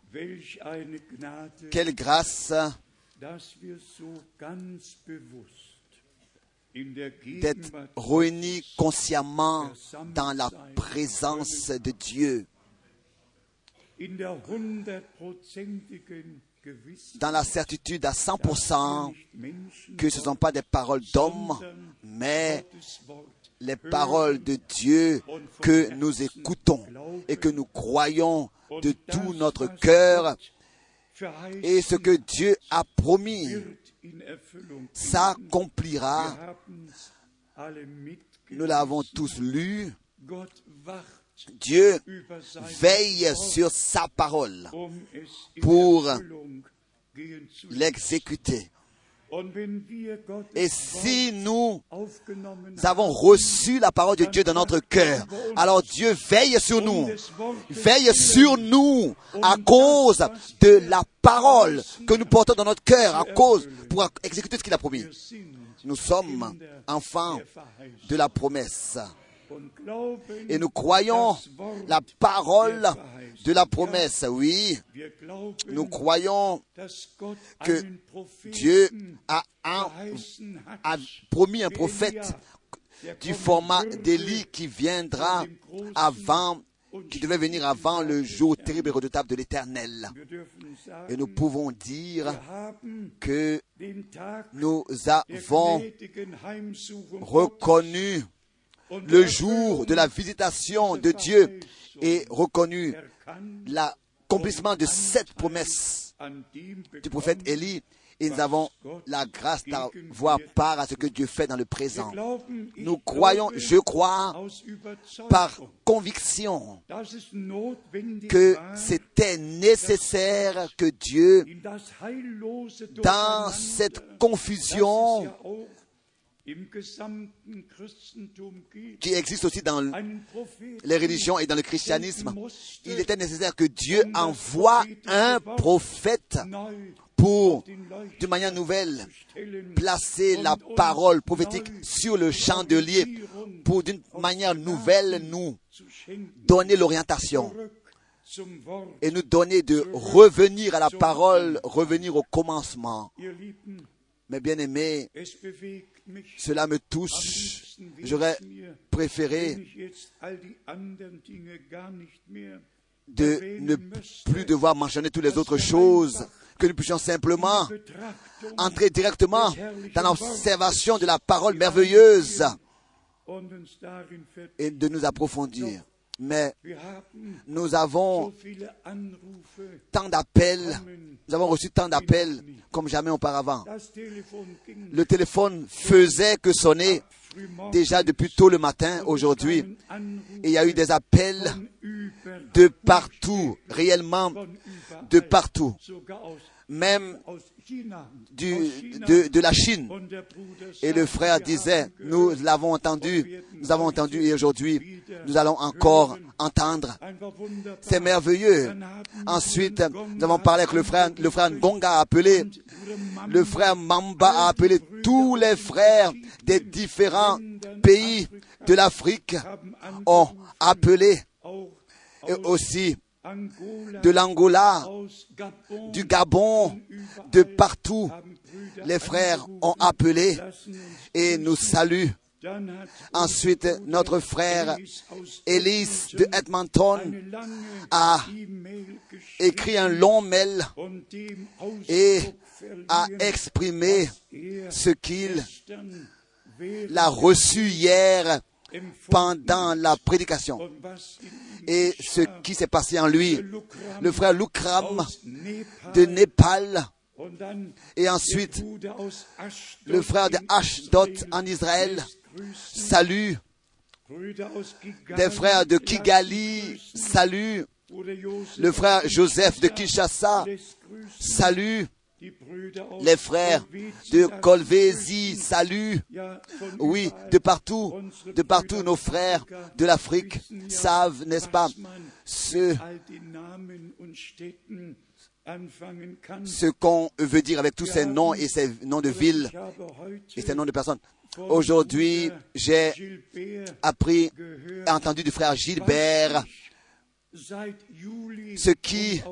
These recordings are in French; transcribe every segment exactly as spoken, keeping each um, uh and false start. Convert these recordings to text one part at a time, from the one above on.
Quelle grâce d'être réunis consciemment dans la présence de Dieu, dans la certitude à cent pour cent que ce ne sont pas des paroles d'hommes, mais les paroles de Dieu que nous écoutons et que nous croyons de tout notre cœur, et ce que Dieu a promis s'accomplira. Nous l'avons tous lu. Dieu veille sur sa parole pour l'exécuter. Et si nous avons reçu la parole de Dieu dans notre cœur, alors Dieu veille sur nous, veille sur nous à cause de la parole que nous portons dans notre cœur, à cause pour exécuter ce qu'il a promis. Nous sommes enfants de la promesse. Et nous croyons la parole de la promesse, oui. Nous croyons que Dieu a, un, a promis un prophète du format d'Élie qui viendra avant, qui devait venir avant le jour terrible et redoutable de l'Éternel. Et nous pouvons dire que nous avons reconnu le jour de la visitation de Dieu et reconnu l'accomplissement de cette promesse du prophète Élie, et nous avons la grâce d'avoir part à ce que Dieu fait dans le présent. Nous croyons, je crois, par conviction, que c'était nécessaire que Dieu, dans cette confusion qui existe aussi dans les religions et dans le christianisme, il était nécessaire que Dieu envoie un prophète pour, d'une manière nouvelle, placer la parole prophétique sur le chandelier, pour, d'une manière nouvelle, nous donner l'orientation et nous donner de revenir à la parole, revenir au commencement. Mes bien-aimés, cela me touche. J'aurais préféré de ne plus devoir mentionner toutes les autres choses, que nous puissions simplement entrer directement dans l'observation de la parole merveilleuse et de nous approfondir. Mais nous avons tant d'appels, nous avons reçu tant d'appels comme jamais auparavant. Le téléphone faisait que sonner déjà depuis tôt le matin aujourd'hui. Et il y a eu des appels de partout, réellement de partout. Même du, de, de la Chine. Et le frère disait, nous l'avons entendu, nous avons entendu et aujourd'hui, nous allons encore entendre. C'est merveilleux. Ensuite, nous avons parlé avec le frère, le frère Ngonga a appelé, le frère Mamba a appelé tous les frères des différents pays de l'Afrique ont appelé, et aussi de l'Angola, du Gabon, de partout. Les frères ont appelé et nous saluent. Ensuite, notre frère Ellis de Edmonton a écrit un long mail et a exprimé ce qu'il a reçu hier pendant la prédication et ce qui s'est passé en lui. Le frère Lukram de Népal et ensuite le frère de Ashdod en Israël salue, des frères de Kigali salue, le frère Joseph de Kinshasa salue, les frères de Kolwezi saluent. Oui, de partout, de partout, nos frères de l'Afrique savent, n'est-ce pas, ce, ce qu'on veut dire avec tous ces noms et ces noms de villes et ces noms de personnes. Aujourd'hui, j'ai appris, entendu du frère Gilbert ce qui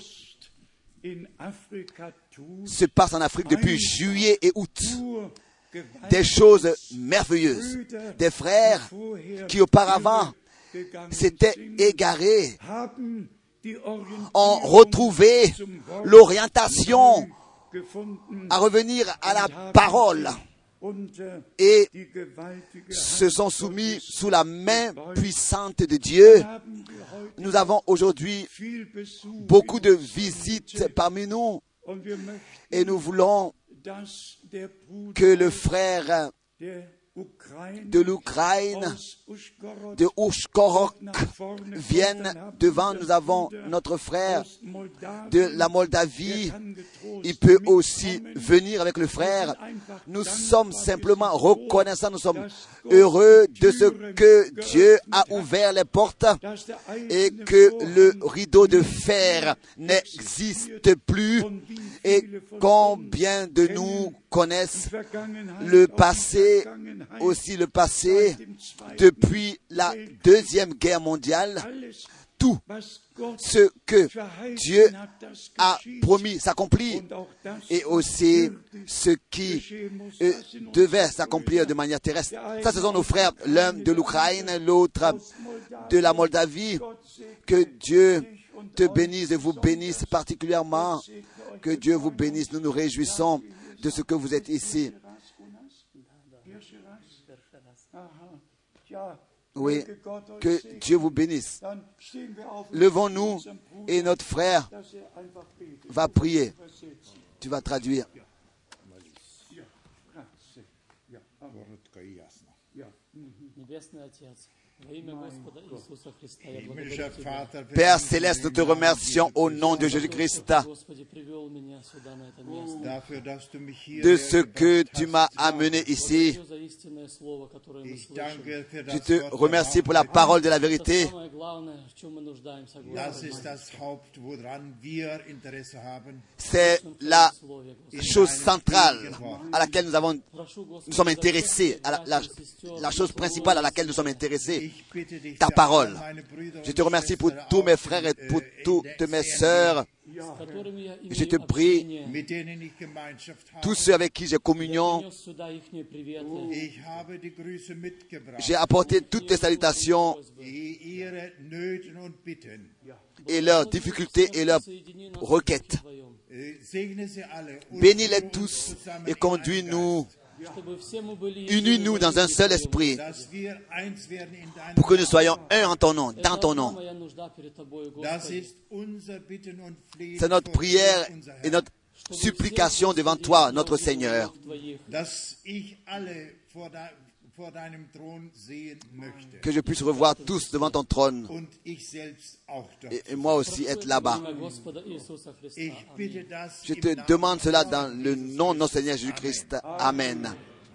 se passe en Afrique depuis juillet et août. Des choses merveilleuses. Des frères qui auparavant s'étaient égarés ont retrouvé l'orientation à revenir à la parole et se sont soumis sous la main puissante de Dieu. Nous avons aujourd'hui beaucoup de visites parmi nous et nous voulons que le frère de l'Ukraine, de Ushkorok, vienne devant. Nous avons notre frère de la Moldavie. Il peut aussi venir avec le frère. Nous sommes simplement reconnaissants, nous sommes heureux de ce que Dieu a ouvert les portes et que le rideau de fer n'existe plus. Et combien de nous connaissent le passé, aussi le passé, depuis la Deuxième Guerre mondiale, tout ce que Dieu a promis s'accomplit et aussi ce qui euh, devait s'accomplir de manière terrestre. Ça, ce sont nos frères, l'un de l'Ukraine, l'autre de la Moldavie. Que Dieu te bénisse et vous bénisse particulièrement. Que Dieu vous bénisse. Nous nous réjouissons de ce que vous êtes ici. Oui, que Dieu vous bénisse. Levons-nous et notre frère va prier. Tu vas traduire. Père Céleste, nous te remercions au nom de Jésus-Christ de ce que tu m'as amené ici. Je te remercie pour la parole de la vérité. C'est la chose centrale à laquelle nous, avons, nous sommes intéressés, à la, la, la chose principale à laquelle nous sommes intéressés, ta parole. Je te remercie pour tous mes frères et pour toutes mes sœurs. Je te prie, tous ceux avec qui j'ai communion, j'ai apporté toutes les salutations et leurs difficultés et leurs requêtes. Bénis-les tous et conduis-nous, unis-nous dans un seul esprit, pour que nous soyons un en ton nom, dans ton nom. C'est notre prière et notre supplication devant toi, notre Seigneur. Que je puisse revoir tous devant ton trône et, et moi aussi être là-bas. Je te demande cela dans le nom de notre Seigneur Jésus-Christ. Amen.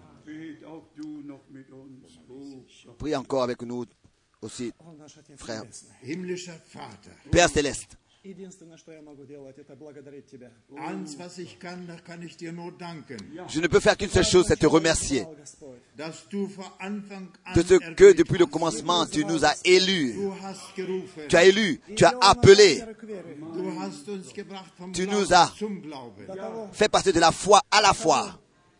Prie encore avec nous aussi, frère. Père Céleste, je ne peux faire qu'une seule chose, c'est te remercier de ce que depuis le commencement tu nous as élus. Tu as élu, tu as appelé, tu nous as fait passer de la foi à la foi.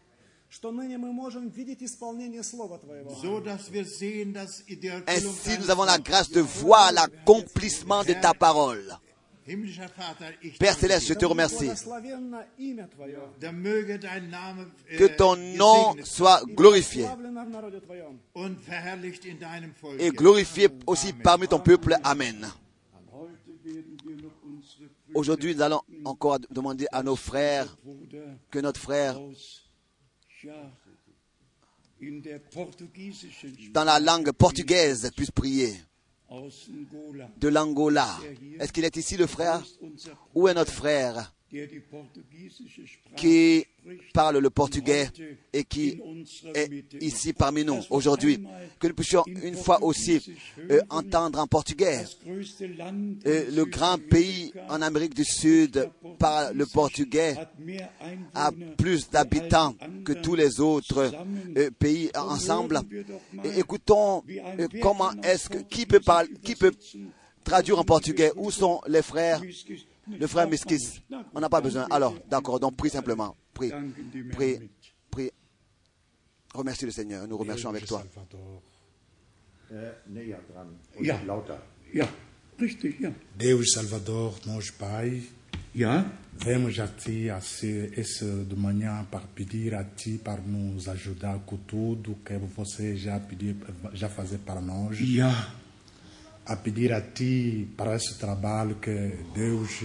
Ainsi, nous avons la grâce de voir l'accomplissement de ta parole. Père Céleste, je te remercie. Que ton nom soit glorifié et glorifié aussi parmi ton peuple. Amen. Aujourd'hui, nous allons encore demander à nos frères que notre frère, dans la langue portugaise, puisse prier. De l'Angola. Est-ce qu'il est ici, le frère? Où est notre frère qui parle le portugais et qui est ici parmi nous aujourd'hui? Que nous puissions une fois aussi euh, entendre en portugais. Euh, le grand pays en Amérique du Sud parle le portugais, a plus d'habitants que tous les autres euh, pays ensemble. Et écoutons euh, comment est-ce que qui peut parler, qui peut traduire en portugais. Où sont les frères? Le frère Miskis. On n'a pas besoin. Alors, d'accord, donc prie simplement. Prie, prie, prie. Remercie le Seigneur. Nous remercions avec toi. Ja, ja, richtig, ja. Deus Salvador, nós Pai, Ja, vemos a Ti esse, esse de manhã para pedir a Ti para nos ajudar com tudo que você já pediu, já fazer para nós. ja, A pedir a Ti para esse trabalho que Deus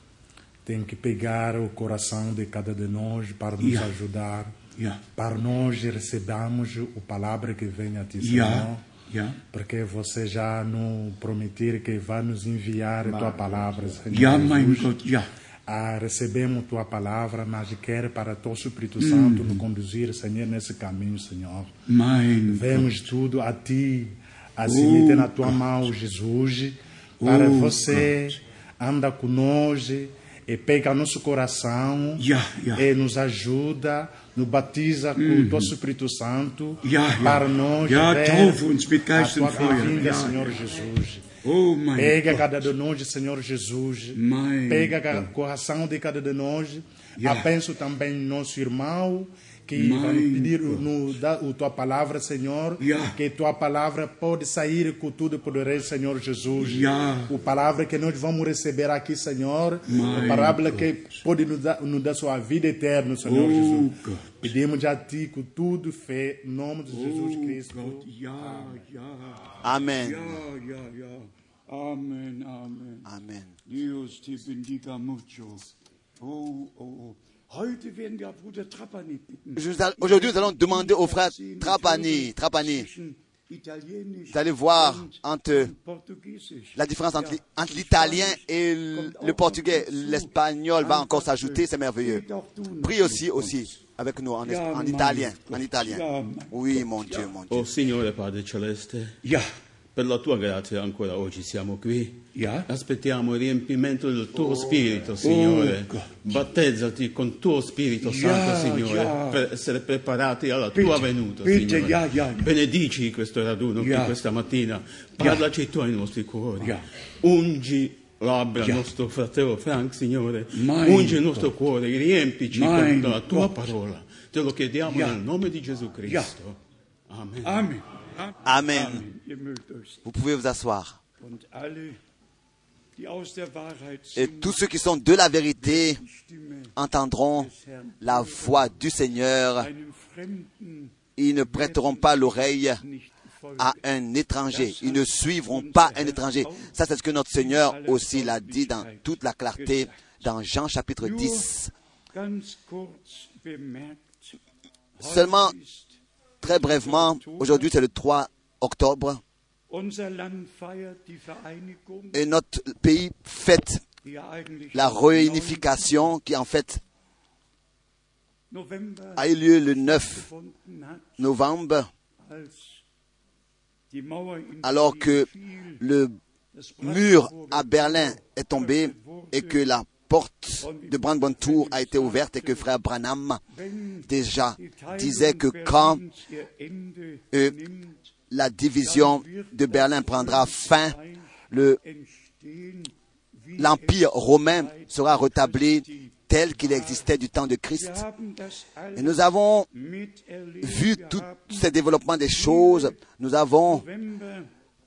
tem que pegar o coração de cada de nós para nos Ja. ajudar. ja, Para nós recebermos a palavra que vem a Ti, ja, Senhor. ja. Porque você já nos prometeu que vai nos enviar a Tua palavra, Senhor Ja, mein Jesus. Gott, ja. Ah, recebemos Tua palavra, mas quer para Teu Espírito Santo nos conduzir, Senhor, nesse caminho, Senhor. Mein Gott. Vemos tudo a Ti, assim Oh, tem na Tua mão, Jesus, para Oh, você anda conosco e pega nosso coração Ja, ja. e nos ajuda, nos batiza com o Teu Espírito Santo Ja, ja. para nós Ja, ver taufe uns mit a Geist Tua und Feuer. vinda, Ja, Senhor ja. Jesus. Oh, mein Pega Gott. cada de nós, Senhor Jesus. Mein Pega o Gott. coração de cada de nós. Ja. Abençoa também nosso irmão que Mein vai nos pedir Gott. no, da, a Tua palavra, Senhor. Ja. Que Tua palavra pode sair com tudo poderoso, Senhor Jesus. Ja. A palavra que nós vamos receber aqui, Senhor. Mein A palavra Gott. que pode nos dar, nos dar sua vida eterna, Senhor Oh, Jesus. Gott. Pedimos a Ti com tudo fé, em nome de Jesus Oh, Cristo. Gott, ja, ja. Amen. Ja, ja, ja. Amen, amen. Amen. Dios te bendiga mucho. Oh, oh, oh. Heute werden wir Bruder Trapani bitten. Je vous a- Aujourd'hui, nous allons demander au frère Trapani, Trapani, Zwischen Italienisch d'aller voir und entre Portugiesisch. la différence entre, entre l'italien et le, le portugais. L'espagnol va encore s'ajouter, c'est merveilleux. Prie aussi, aussi, avec nous en, es- en italien, en italien. Oui, mon Dieu, mon Dieu. Oh Signore Padre Celeste, Ja, per la tua grazia ancora oggi siamo qui. ja. Aspettiamo il riempimento del tuo Spirito, Signore. God. Battezzati con tuo Spirito Ja, Santo, Signore, ja. per essere preparati alla Bitte, tua venuta, bitte, Signore. ja, ja, ja. Benedici questo raduno Ja. qui questa mattina. Parlaci tu ai nostri cuori. Ja. Ungi labbra al Ja. nostro fratello Frank, Signore. Mein Ungi il nostro cuore, riempici Mein con la tua Gott. parola. Te lo chiediamo Ja. nel nome di Gesù Cristo. Amen. Amen. Amen. Ihr mögt euch. Vous pouvez vous asseoir. Und alle, die aus der Wahrheit Et sind, tous ceux qui sont de la vérité die Stimme entendront des Herrn la voix du Seigneur. einem Fremden Ils ne prêteront pas l'oreille nicht folgen. à un étranger. Ils ne suivront pas un étranger. Ça, c'est ce que notre Seigneur aussi l'a dit dans toute la clarté dans Jean chapitre dix. Ganz kurz bemerkt, Seulement, heute ist très brièvement, aujourd'hui c'est le trois octobre unser Land feiert die Vereinigung, et notre pays fête die ja eigentlich la am réunification qui en fait November a eu lieu le neuf gefunden hat, novembre als die Mauer in alors que Berlin fiel, le das mur Brandenburger à Berlin est tombé et que la porte de Brandenburg Tour a été ouverte et que frère Branham wenn déjà die Teilung disait que quand Berlins ihr Ende euh, nimmt, la division de Berlin prendra fin, le, entstehen, wie l'Empire romain sera rétabli tel qu'il existait du temps de wir Christ. haben das Et alles nous avons miterlebt. vu Wir tous haben ces développements des choses. Nous avons November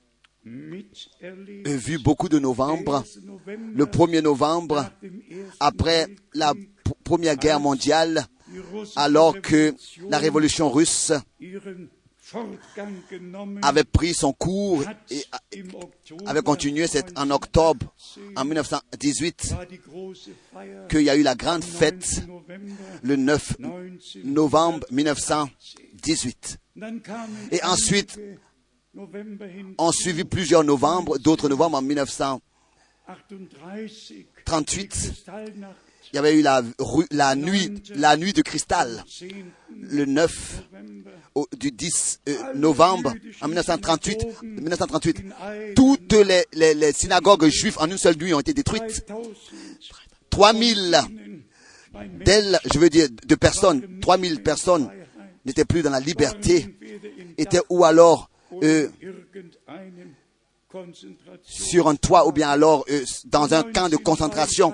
miterlebt. vu beaucoup de novembre. Der erste November Le premier novembre, nach dem Ersten après la Weltkrieg, p- Première Guerre mondiale, die russische alors que Revolution la révolution russe ihren Fortgang genommen avait pris son cours hat, et im Oktober avait continué, c'est en octobre, en mille neuf cent dix-huit, war die große Feier qu'il y a eu la grande fête neunten November le neuf novembre mille neuf cent dix-huit. Dann kamen Et ensuite, einige November hin, ont suivi plusieurs novembres, d'autres novembres en mille neuf cent achtunddreißig, trente-huit. die Kristallnacht, Il y avait eu la, ru- la nuit, la nuit de cristal, zehnten le neuf November. au- du dix euh, novembre en mille neuf cent trente-huit. mille neuf cent trente-huit. Toutes les, les, les synagogues juives en une seule nuit ont été détruites. trois mille d'elles, je veux dire, de personnes, trois mille personnes n'étaient plus dans la liberté, étaient ou alors euh, sur un toit ou bien alors euh, dans un camp de concentration.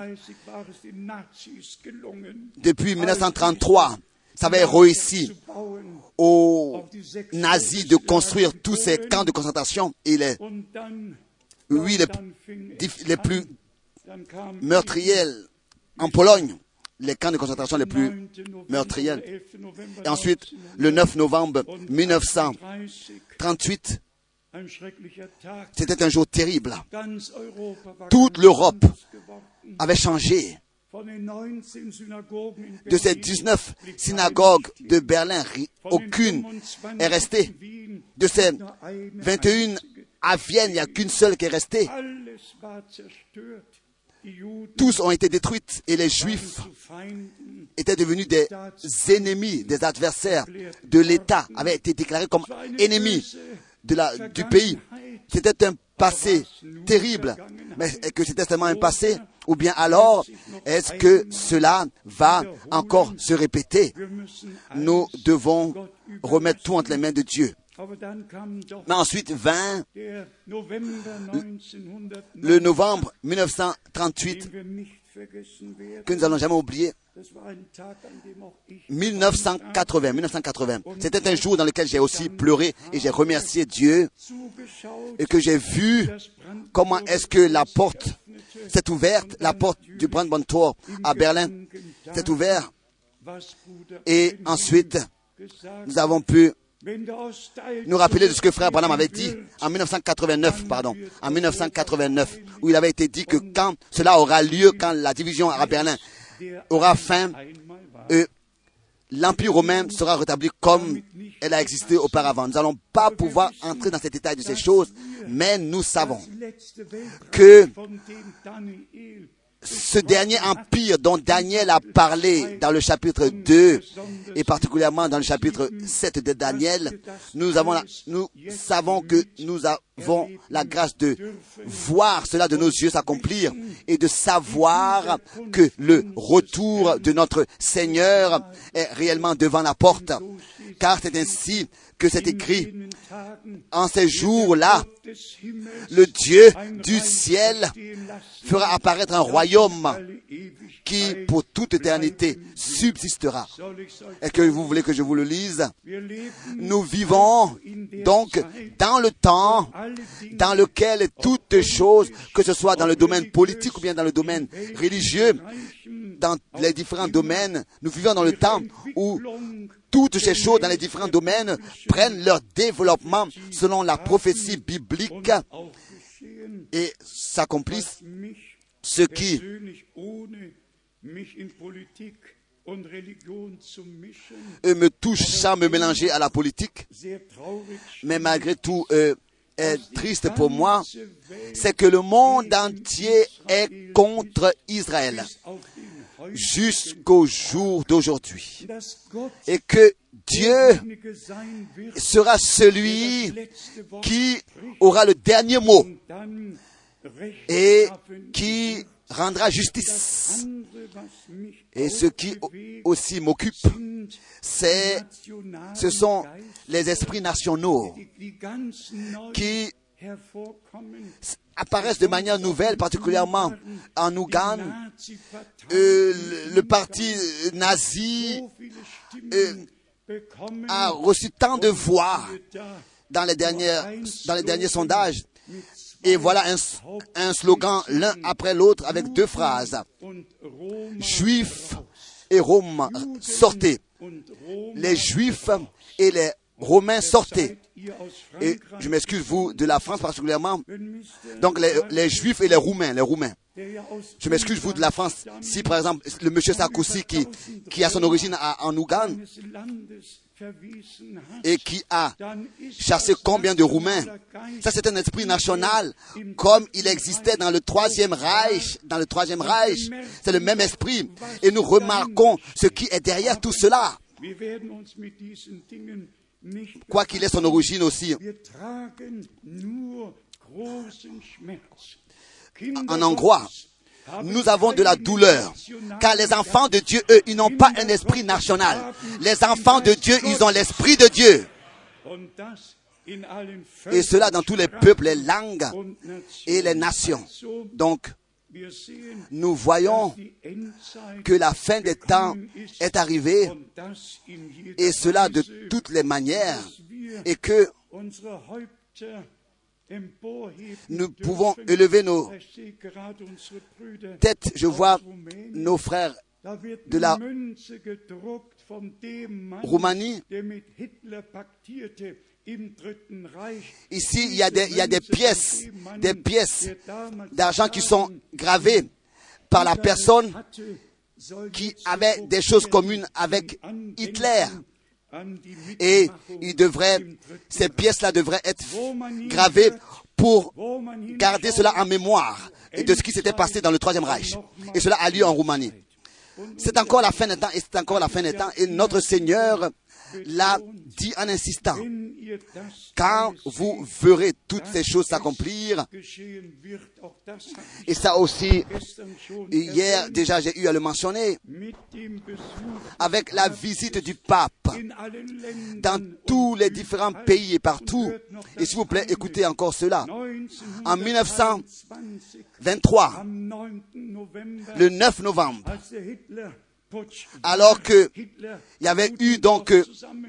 Depuis mille neuf cent trente-trois, ça avait réussi aux nazis de construire tous ces camps de concentration et les huit les, les plus meurtriers en Pologne, les camps de concentration les plus meurtriers. Et ensuite, le neuf novembre mille neuf cent trente-huit, c'était un jour terrible. Toute l'Europe avait changé. De ces dix-neuf synagogues de Berlin, aucune est restée. De ces vingt et un à Vienne, il n'y a qu'une seule qui est restée. Tous ont été détruits et les Juifs étaient devenus des ennemis, des adversaires de l'État, avaient été déclarés comme ennemis de la, du pays. C'était un passé terrible, mais est-ce que c'était seulement un passé? Ou bien alors, est-ce que cela va encore se répéter? Nous devons remettre tout entre les mains de Dieu. Mais ensuite vint le novembre mille neuf cent trente-huit, que nous n'allons jamais oublier. mille neuf cent quatre-vingts, mille neuf cent quatre-vingts. C'était un jour dans lequel j'ai aussi pleuré et j'ai remercié Dieu et que j'ai vu comment est-ce que la porte s'est ouverte, la porte du Brandenburg Tor à Berlin s'est ouverte. Et ensuite, nous avons pu nous rappeler de ce que frère Branham avait dit en mille neuf cent quatre-vingt-neuf, pardon, en mille neuf cent quatre-vingt-neuf, où il avait été dit que quand cela aura lieu, quand la division à Berlin aura fin, euh, l'Empire romain sera rétabli comme elle a existé auparavant. Nous n'allons pas pouvoir entrer dans ces détails de ces choses, mais nous savons que ce dernier empire dont Daniel a parlé dans le chapitre deux, et particulièrement dans le chapitre sept de Daniel, nous, avons la, nous savons que nous avons la grâce de voir cela de nos yeux s'accomplir et de savoir que le retour de notre Seigneur est réellement devant la porte. Car c'est ainsi que c'est écrit. En ces jours-là, le Dieu du ciel fera apparaître un royaume qui, pour toute éternité, subsistera. Est-ce que vous voulez que je vous le lise? Nous vivons donc dans le temps dans lequel toutes choses, que ce soit dans le domaine politique ou bien dans le domaine religieux, dans les différents domaines, nous vivons dans le temps où toutes ces choses dans les différents domaines prennent leur développement selon la prophétie biblique et s'accomplissent ce qui me touche sans me mélanger à la politique, mais malgré tout euh, est triste pour moi, c'est que le monde entier est contre Israël jusqu'au jour d'aujourd'hui. Et que Dieu sera celui qui aura le dernier mot et qui rendra justice. Et ce qui aussi m'occupe, c'est, ce sont les esprits nationaux qui apparaissent de manière nouvelle, particulièrement en Ouganda. Euh, le, le parti nazi euh, a reçu tant de voix dans les, dernières, dans les derniers sondages. Et voilà un, un slogan l'un après l'autre avec deux phrases. Juifs et Romains, sortez. Les Juifs et les Romains, sortez. Et je m'excuse, vous, de la France particulièrement. Donc, les, les Juifs et les Roumains, les Roumains. Je m'excuse, vous, de la France. Si, par exemple, le monsieur Sarkozy, qui, qui a son origine à, en Ouganda, et qui a chassé combien de Roumains. Ça, c'est un esprit national, comme il existait dans le Troisième Reich. Dans le Troisième Reich, c'est le même esprit. Et nous remarquons ce qui est derrière tout cela. Quoi qu'il ait son origine aussi. En hongrois, nous avons de la douleur, car les enfants de Dieu, eux, ils n'ont pas un esprit national. Les enfants de Dieu, ils ont l'esprit de Dieu. et cela dans tous les peuples, les langues et les nations. Donc, nous voyons que la fin des temps est arrivée, et cela de toutes les manières, et que nous pouvons élever nos têtes. Je vois nos frères de la Roumanie. Ici, il y a des, il y a des pièces, des pièces d'argent qui sont gravées par la personne qui avait des choses communes avec Hitler. Et il devrait, ces pièces-là devraient être gravées pour garder cela en mémoire et de ce qui s'était passé dans le Troisième Reich. Et cela a lieu en Roumanie. C'est encore la fin des temps, et c'est encore la fin des temps, et notre Seigneur l'a dit en insistant. Quand vous verrez toutes ces choses s'accomplir, et ça aussi, hier déjà j'ai eu à le mentionner, avec la visite du pape dans tous les différents pays et partout, et s'il vous plaît, écoutez encore cela. En mille neuf cent vingt-trois, le neuf novembre, alors que il y avait eu donc euh,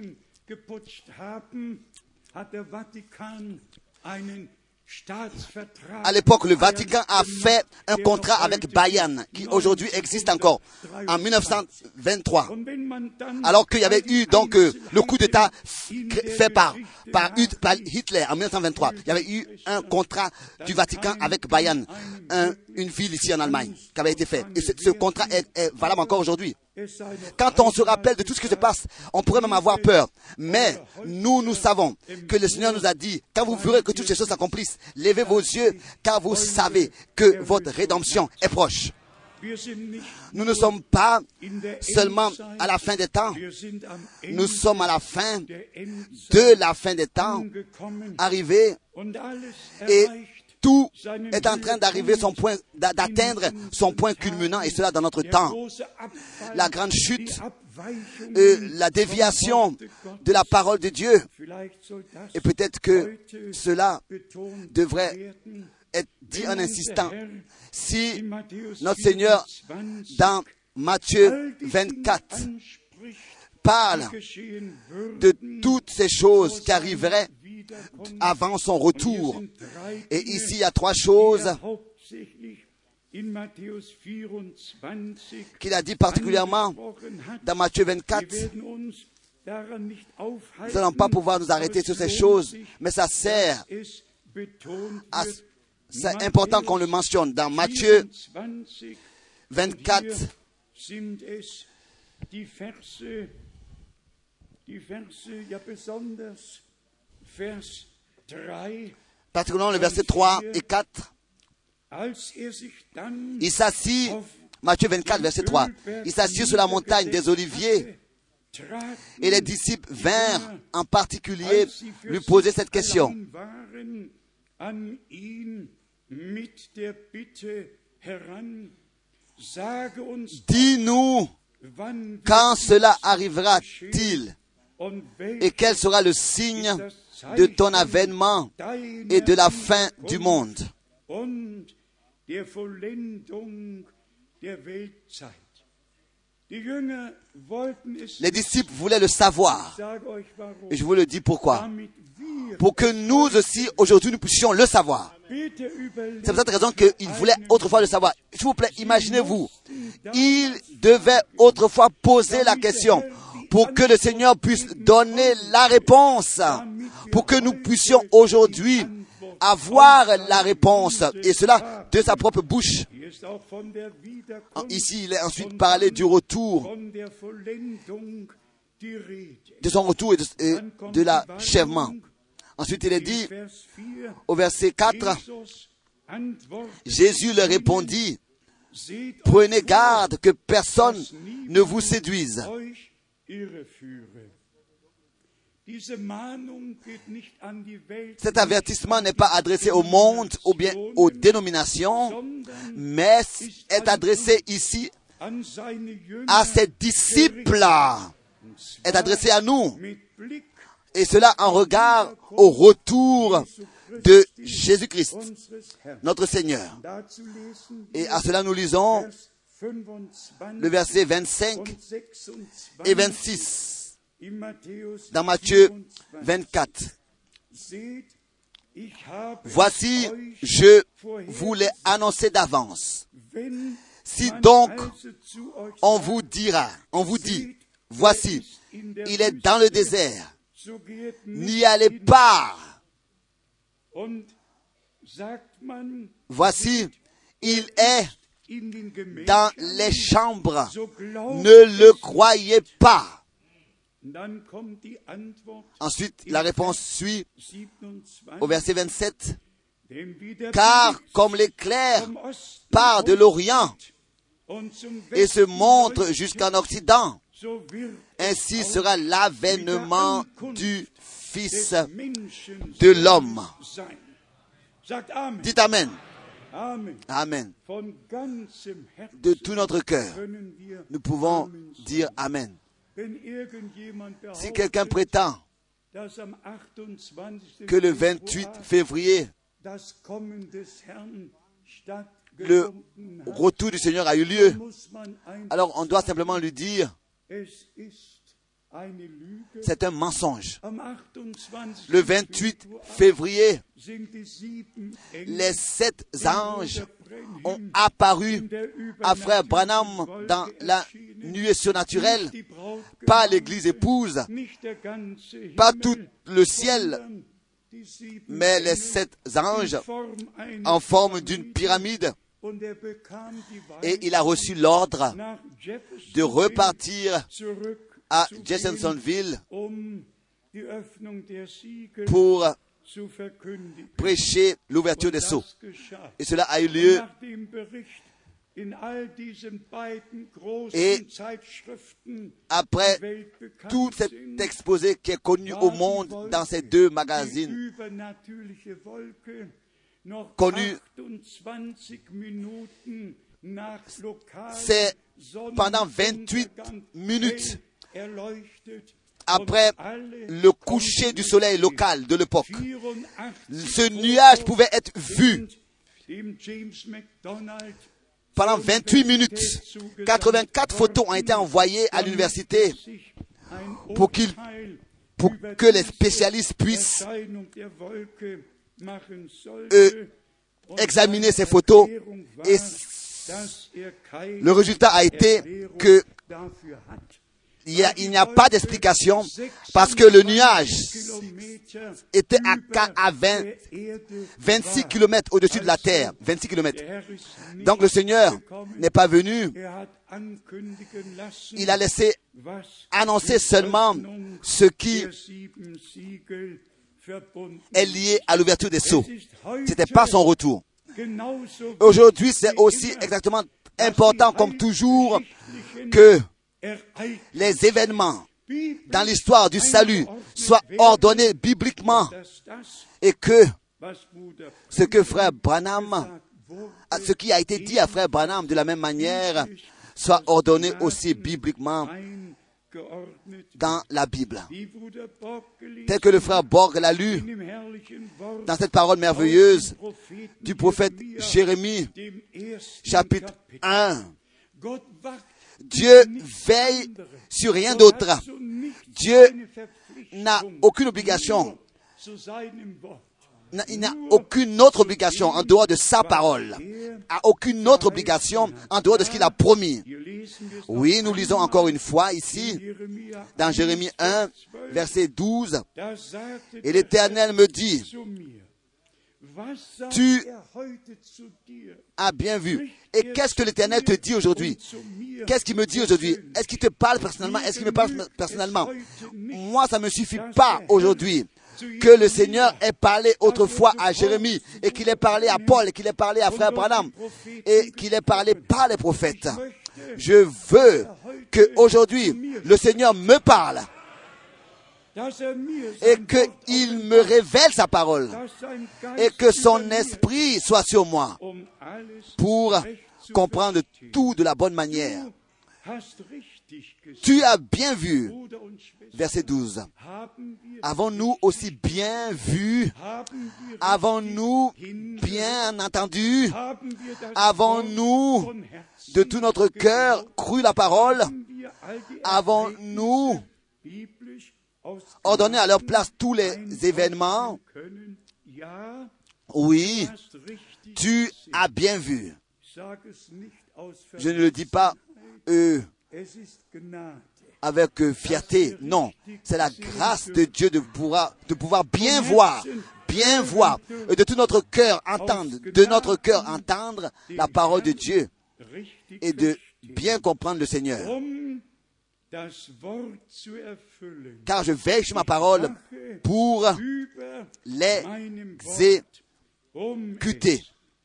à l'époque, le Vatican a fait un contrat avec Bayern, qui aujourd'hui existe encore, en mille neuf cent vingt-trois. Alors qu'il y avait eu donc euh, le coup d'État fait par, par, par Hitler en mille neuf cent vingt-trois. Il y avait eu un contrat du Vatican avec Bayern, un, une ville ici en Allemagne, qui avait été fait. Et ce, ce contrat est, est valable encore aujourd'hui. Quand on se rappelle de tout ce qui se passe, on pourrait même avoir peur. Mais nous, nous savons que le Seigneur nous a dit, quand vous verrez que toutes ces choses s'accomplissent, levez vos yeux, car vous savez que votre rédemption est proche. Nous ne sommes pas seulement à la fin des temps, nous sommes à la fin de la fin des temps, arrivés, et tout est en train d'arriver son point, d'atteindre son point culminant, et cela dans notre temps. La grande chute, euh, la déviation de la parole de Dieu. Et peut-être que cela devrait être dit en insistant. Si notre Seigneur, dans Matthieu vingt-quatre, parle de toutes ces choses qui arriveraient avant son retour. Et ici, il y a trois choses qu'il a dit particulièrement dans Matthieu vingt-quatre. Nous n'allons pas pouvoir nous arrêter sur ces choses, mais ça sert à... C'est important qu'on le mentionne. Dans Matthieu vingt-quatre, particulièrement le verset trois et quatre, il s'assit, Matthieu vingt-quatre, verset trois, il s'assit sur la montagne des Oliviers, et les disciples vinrent en particulier lui poser cette question. Dis-nous, quand cela arrivera-t-il, et quel sera le signe de ton avènement et de la fin du monde? Les disciples voulaient le savoir. Et je vous le dis pourquoi. Pour que nous aussi, aujourd'hui, nous puissions le savoir. C'est pour cette raison qu'ils voulaient autrefois le savoir. S'il vous plaît, imaginez-vous. Ils devaient autrefois poser la question pour que le Seigneur puisse donner la réponse. Pour que nous puissions aujourd'hui avoir la réponse. Et cela de sa propre bouche. Ici, il est ensuite parlé du retour, de son retour et de, et de l'achèvement. Ensuite, il est dit, au verset quatre, Jésus leur répondit, « Prenez garde que personne ne vous séduise. » Cet avertissement n'est pas adressé au monde ou bien aux dénominations, mais est adressé ici à ses disciples, est adressé à nous. Et cela en regard au retour de Jésus-Christ, notre Seigneur. Et à cela nous lisons le verset vingt-cinq et vingt-six dans Matthieu vingt-quatre. Voici, je vous l'ai annoncé d'avance. Si donc on vous dira, on vous dit, voici, il est dans le désert, n'y allez pas. Voici, il est dans les chambres, ne le croyez pas. Ensuite, la réponse suit au verset vingt-sept. Car comme l'éclair part de l'Orient et se montre jusqu'en Occident, ainsi sera l'avènement du Fils de l'homme. Dites Amen. Amen. De tout notre cœur, nous pouvons dire Amen. Si quelqu'un prétend que le vingt-huit février, le retour du Seigneur a eu lieu, alors on doit simplement lui dire, c'est un mensonge. Le vingt-huit février, les sept anges ont apparu à frère Branham dans la nuée surnaturelle, pas l'église épouse, pas tout le ciel, mais les sept anges en forme d'une pyramide. Et il a reçu l'ordre de repartir à Jeffersonville pour prêcher l'ouverture des sceaux. Et cela a eu lieu. Et après tout cet exposé qui est connu au monde dans ces deux magazines, connus, c'est pendant vingt-huit minutes après le coucher du soleil local de l'époque. Ce nuage pouvait être vu pendant vingt-huit minutes. quatre-vingt-quatre photos ont été envoyées à l'université pour, qu'il, pour que les spécialistes puissent euh, examiner ces photos. Et le résultat a été que Il n'y a, il n'y a pas d'explication parce que le nuage était à, à vingt, vingt-six kilomètres au-dessus de la terre. vingt-six kilomètres. Donc le Seigneur n'est pas venu. Il a laissé annoncer seulement ce qui est lié à l'ouverture des sceaux. Ce n'était pas son retour. Aujourd'hui, c'est aussi exactement important comme toujours que les événements dans l'histoire du salut soient ordonnés bibliquement et que ce que frère Branham, ce qui a été dit à frère Branham de la même manière, soit ordonné aussi bibliquement dans la Bible. Tel que le frère Borg l'a lu dans cette parole merveilleuse du prophète Jérémie, chapitre un. Dieu veille sur rien d'autre. Dieu n'a aucune obligation. Il n'a aucune autre obligation en dehors de sa parole. A aucune autre obligation en dehors de ce qu'il a promis. Oui, nous lisons encore une fois ici, dans Jérémie un, verset douze. Et l'Éternel me dit, tu as bien vu. Et qu'est-ce que l'Éternel te dit aujourd'hui? Qu'est-ce qu'il me dit aujourd'hui? Est-ce qu'il te parle personnellement? Est-ce qu'il me parle personnellement? Moi, ça ne me suffit pas aujourd'hui que le Seigneur ait parlé autrefois à Jérémie et qu'il ait parlé à Paul et qu'il ait parlé à frère Branham et qu'il ait parlé par les prophètes. Je veux que aujourd'hui le Seigneur me parle et qu'il me révèle sa parole et que son esprit soit sur moi pour comprendre tout de la bonne manière. Tu as bien vu. Verset douze. Avons-nous aussi bien vu? Avons-nous bien entendu? Avons-nous de tout notre cœur cru la parole? Avons-nous ordonné à leur place tous les événements? Oui, tu as bien vu. Je ne le dis pas euh, avec euh, fierté. Non, c'est la grâce de Dieu de pouvoir, de pouvoir bien voir, bien voir, et de tout notre cœur entendre, de notre cœur entendre la parole de Dieu et de bien comprendre le Seigneur. Car je veille sur ma parole pour les exécuter.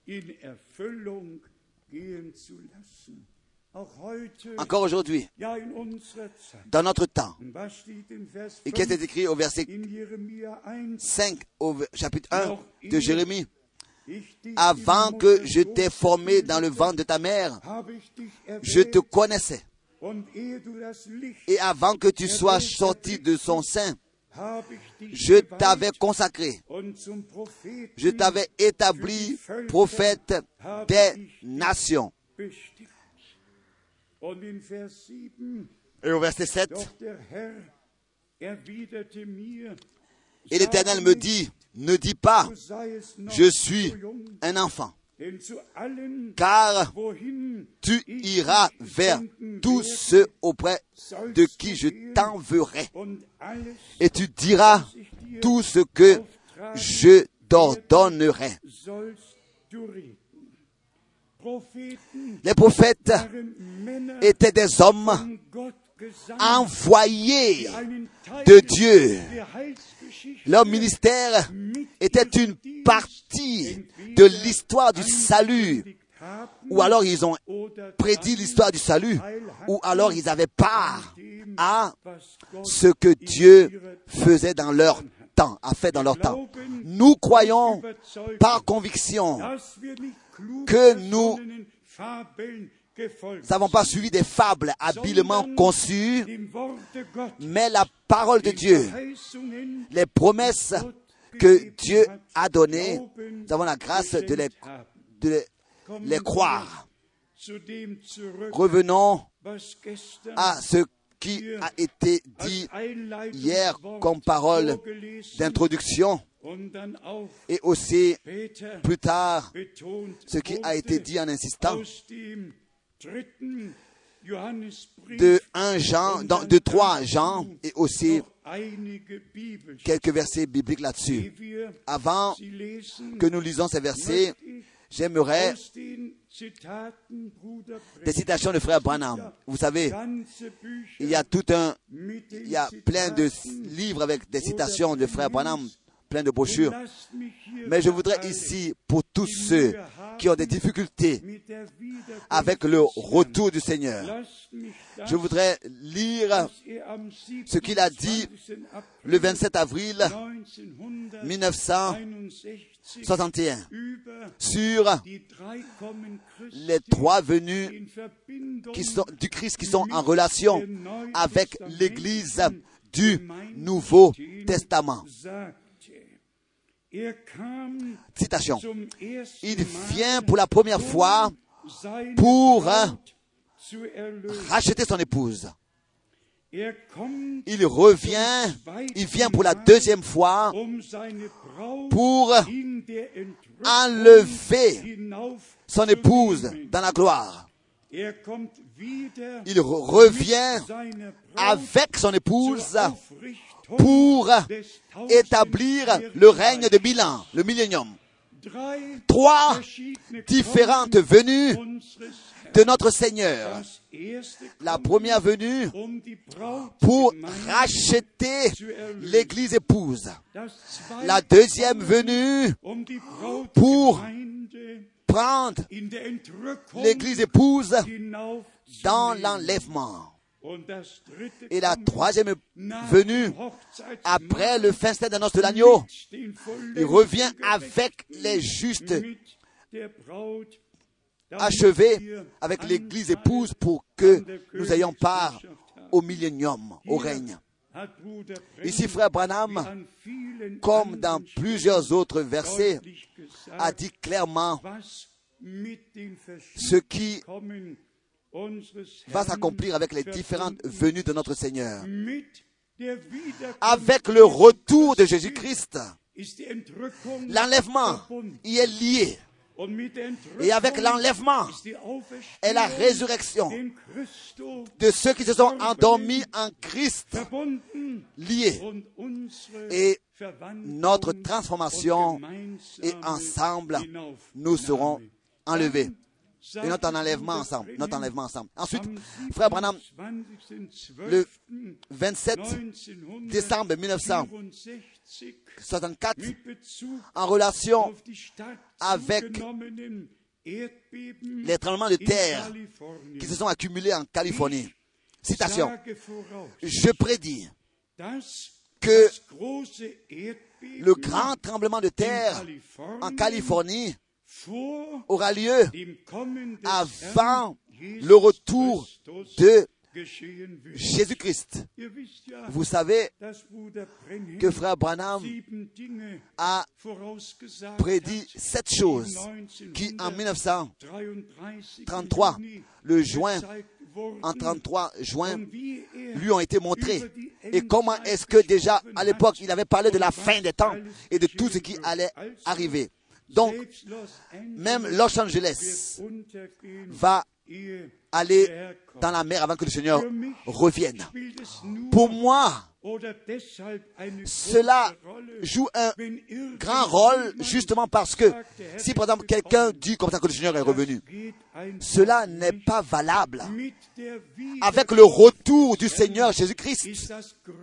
Encore aujourd'hui, dans notre temps, et qu'est-ce qui est écrit au verset cinq, au chapitre un de Jérémie? Avant que je t'ai formé dans le ventre de ta mère, je te connaissais. Et avant que tu sois sorti de son sein, je t'avais consacré. Je t'avais établi prophète des nations. Et au verset sept, et l'Éternel me dit, ne dis pas, je suis un enfant, car tu iras vers tous ceux auprès de qui je t'enverrai, et tu diras tout ce que je t'ordonnerai. Les prophètes étaient des hommes envoyés de Dieu. Leur ministère était une partie de l'histoire du salut. Ou alors ils ont prédit l'histoire du salut, ou alors ils avaient part à ce que Dieu faisait dans leur temps, a fait dans leur temps. Nous croyons par conviction que nous n'avons pas suivi des fables habilement conçues, mais la parole de Dieu, les promesses que Dieu a données, nous avons la grâce de les, de les, les croire. Revenons à ce qui a été dit hier comme parole d'introduction, et aussi plus tard ce qui a été dit en insistant de un Jean, de trois Jean, et aussi quelques versets bibliques là-dessus. Avant que nous lisons ces versets, j'aimerais des citations de frère Branham. Vous savez, il y a tout un, il y a plein de livres avec des citations de frère Branham, plein de brochures. Mais je voudrais ici, pour tous ceux qui ont des difficultés avec le retour du Seigneur, je voudrais lire ce qu'il a dit le vingt-sept avril mille neuf cent soixante et un sur les trois venues qui sont, du Christ qui sont en relation avec l'Église du Nouveau Testament. Citation. Il vient pour la première fois pour racheter son épouse. Il revient, il vient pour la deuxième fois pour enlever son épouse dans la gloire. Il revient avec son épouse pour établir le règne de mille ans, le millénium. Trois différentes venues de notre Seigneur. La première venue pour racheter l'Église épouse. La deuxième venue pour prendre l'Église épouse dans l'enlèvement. Et la troisième venue, après le festin de noces de l'agneau, il revient avec les justes achever avec l'Église épouse pour que nous ayons part au millénium, au règne. Ici, frère Branham, comme dans plusieurs autres versets, a dit clairement ce qui va s'accomplir avec les différentes venues de notre Seigneur. Avec le retour de Jésus-Christ, l'enlèvement y est lié. Et avec l'enlèvement et la résurrection de ceux qui se sont endormis en Christ liés. Et notre transformation et ensemble, nous serons enlevés. Et notre enlèvement ensemble. Notre enlèvement ensemble. Ensuite, frère Branham, le vingt-sept décembre mille neuf cent soixante-quatre, en relation avec les tremblements de terre qui se sont accumulés en Californie. Citation. Je prédis que le grand tremblement de terre en Californie aura lieu avant le retour de Jésus-Christ. Vous savez que frère Branham a prédit sept choses qui, en mille neuf cent trente-trois, le juin, en trente-trois juin, lui ont été montrées. Et comment est-ce que déjà, à l'époque, il avait parlé de la fin des temps et de tout ce qui allait arriver. Donc, même Los Angeles va aller dans la mer avant que le Seigneur revienne. Pour moi, cela joue un grand rôle justement parce que si par exemple quelqu'un dit comme ça que le Seigneur est revenu, cela n'est pas valable. Avec le retour du Seigneur Jésus-Christ,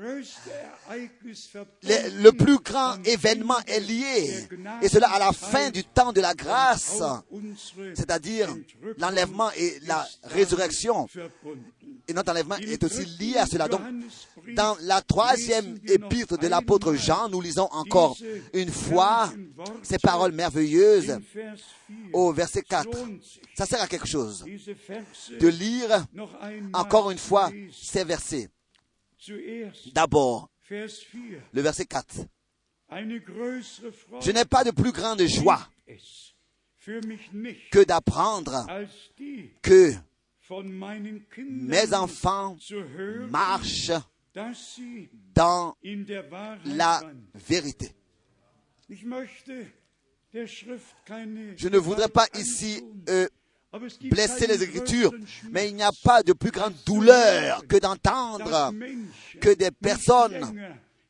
le, le plus grand événement est lié, et cela à la fin du temps de la grâce, c'est-à-dire l'enlèvement et la résurrection. Et notre enlèvement est aussi lié à cela. Donc, dans la troisième épître de l'apôtre Jean, nous lisons encore une fois ces paroles merveilleuses au verset quatre. Ça sert à quelque chose de lire encore une fois ces versets. D'abord, le verset quatre. Je n'ai pas de plus grande joie que d'apprendre que mes enfants marchent dans la vérité. Je ne voudrais pas ici euh, blesser les Écritures, mais il n'y a pas de plus grande douleur que d'entendre que des personnes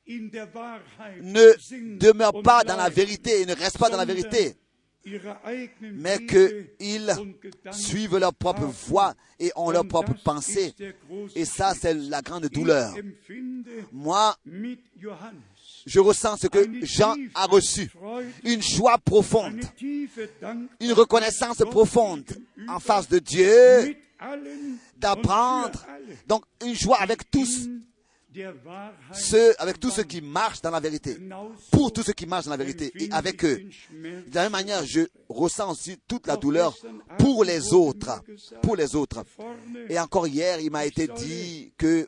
ne demeurent pas dans la vérité et ne restent pas dans la vérité, mais qu'ils suivent leur propre voie et ont leur propre pensée. Et ça, c'est la grande douleur. Moi, je ressens ce que Jean a reçu. Une joie profonde, une reconnaissance profonde en face de Dieu, d'apprendre. Donc, une joie avec tous ceux, avec tous ceux qui marchent dans la vérité, pour tous ceux qui marchent dans la vérité et avec eux. De la même manière, je ressens aussi toute la douleur pour les autres, pour les autres. Et encore hier, il m'a été dit que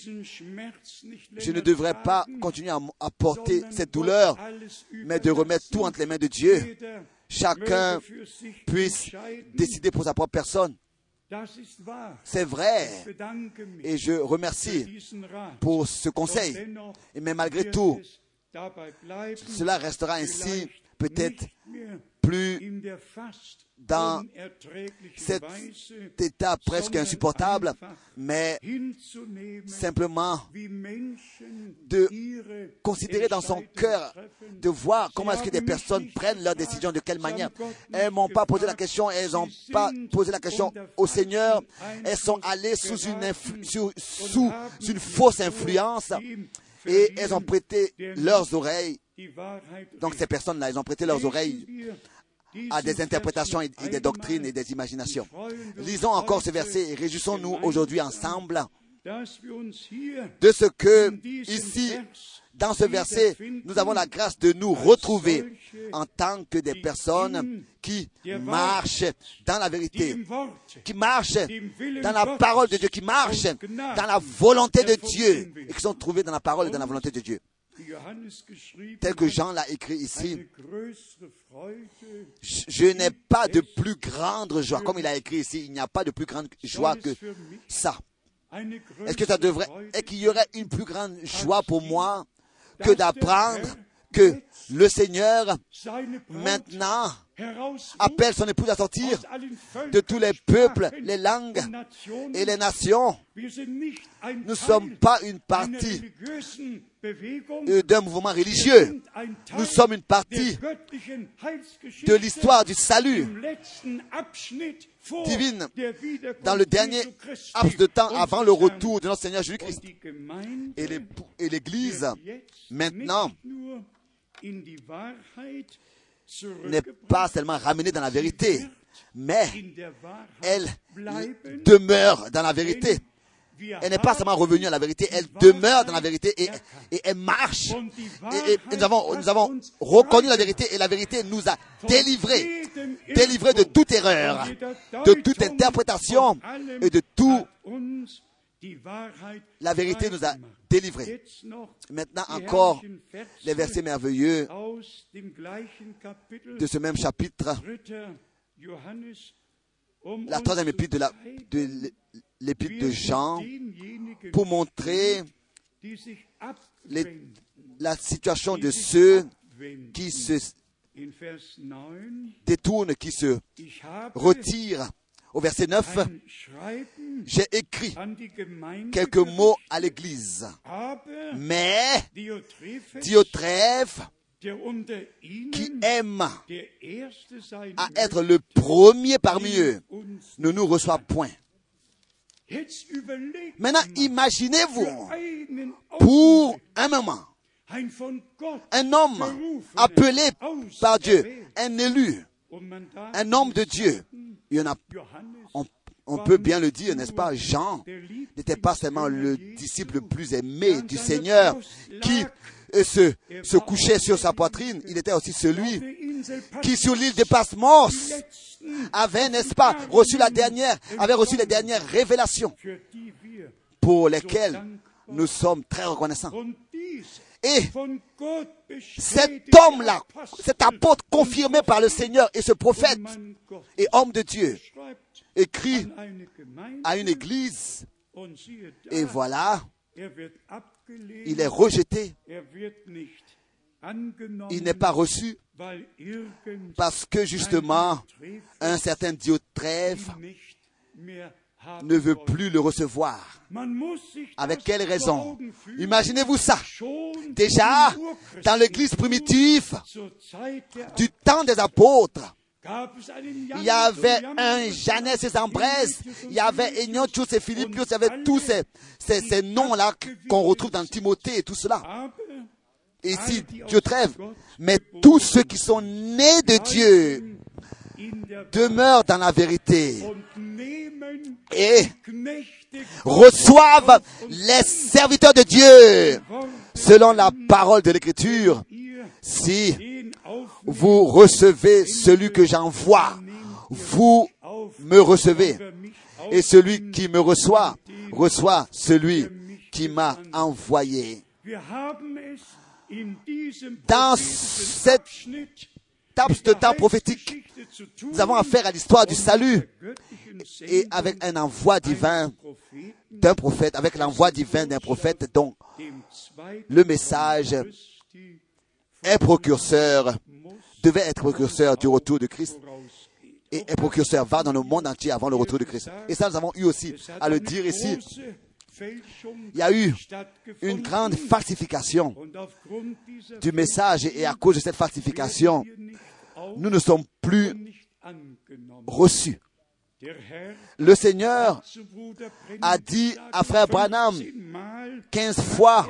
je ne devrais pas continuer à, à porter cette douleur, mais de remettre tout entre les mains de Dieu. Chacun puisse décider pour sa propre personne. C'est vrai, et je remercie pour ce conseil. Mais malgré tout, cela restera ainsi, peut-être plus dans cet état presque insupportable, mais simplement de considérer dans son cœur, de voir comment est-ce que des personnes prennent leurs décisions, de quelle manière. Elles n'ont pas posé la question, elles n'ont pas posé la question au Seigneur, elles sont allées sous une, influ- sous, sous une fausse influence et elles ont prêté leurs oreilles. Donc ces personnes-là, elles ont prêté leurs oreilles à des interprétations et des doctrines et des imaginations. Lisons encore ce verset et réjouissons-nous aujourd'hui ensemble de ce que, ici, dans ce verset, nous avons la grâce de nous retrouver en tant que des personnes qui marchent dans la vérité, qui marchent dans la parole de Dieu, qui marchent dans la volonté de Dieu et qui sont trouvés dans la parole et dans la volonté de Dieu. Tel que Jean l'a écrit ici, je n'ai pas de plus grande joie. Comme il a écrit ici, il n'y a pas de plus grande joie que ça. Est-ce que ça devrait, est-ce qu'il y aurait une plus grande joie pour moi que d'apprendre que le Seigneur, maintenant, appelle son épouse à sortir de tous les peuples, les langues et les nations? Nous ne sommes pas une partie d'un mouvement religieux. Nous sommes une partie de l'histoire du salut divine dans le dernier laps de temps avant le retour de notre Seigneur Jésus-Christ. Et l'Église, maintenant, n'est pas seulement ramenée dans la vérité, mais elle demeure dans la vérité. Elle n'est pas seulement revenue à la vérité, elle demeure dans la vérité et, et elle marche. Et, et nous, avons, nous avons reconnu la vérité et la vérité nous a délivrés, délivrés de toute erreur, de toute interprétation et de tout. La vérité nous a délivrés. Maintenant encore, les versets merveilleux de ce même chapitre, la troisième épître de, la, de l'épître de Jean, pour montrer les, la situation de ceux qui se détournent, qui se retirent. Au verset neuf, j'ai écrit quelques mots à l'Église, mais Diotrephe, qui aime à être le premier parmi eux, ne nous reçoit point. Maintenant, imaginez-vous, pour un moment, un homme appelé par Dieu, un élu, un homme de Dieu. Il y en a, on, on peut bien le dire, n'est-ce pas? Jean n'était pas seulement le disciple le plus aimé du Seigneur qui se, se couchait sur sa poitrine. Il était aussi celui qui, sur l'île de Patmos, avait, n'est-ce pas, reçu la dernière, avait reçu les dernières révélations pour lesquelles nous sommes très reconnaissants. Et cet homme-là, cet apôtre confirmé par le Seigneur et ce prophète et homme de Dieu, écrit à une église, et voilà, il est rejeté, il n'est pas reçu, parce que justement, un certain Diotrephe ne veut plus le recevoir. Avec quelle raison? Imaginez-vous ça. Déjà, dans l'église primitive, du temps des apôtres, il y avait un Jannes et Jambres, il y avait Éniochus et Philippius, il y avait tous ces, ces, ces noms-là qu'on retrouve dans Timothée et tout cela. Et ici, Diotrephe, mais tous ceux qui sont nés de Dieu demeurent dans la vérité et reçoivent les serviteurs de Dieu selon la parole de l'Écriture. Si vous recevez celui que j'envoie, vous me recevez. Et celui qui me reçoit, reçoit celui qui m'a envoyé. Dans cette laps de temps prophétique, nous avons affaire à l'histoire du salut et avec un envoi divin d'un prophète, avec l'envoi divin d'un prophète, donc le message est précurseur, devait être précurseur du retour de Christ et est précurseur, va dans le monde entier avant le retour de Christ. Et ça, nous avons eu aussi à le dire ici. Il y a eu une grande falsification du message et à cause de cette falsification, nous ne sommes plus reçus. Le Seigneur a dit à frère Branham quinze fois,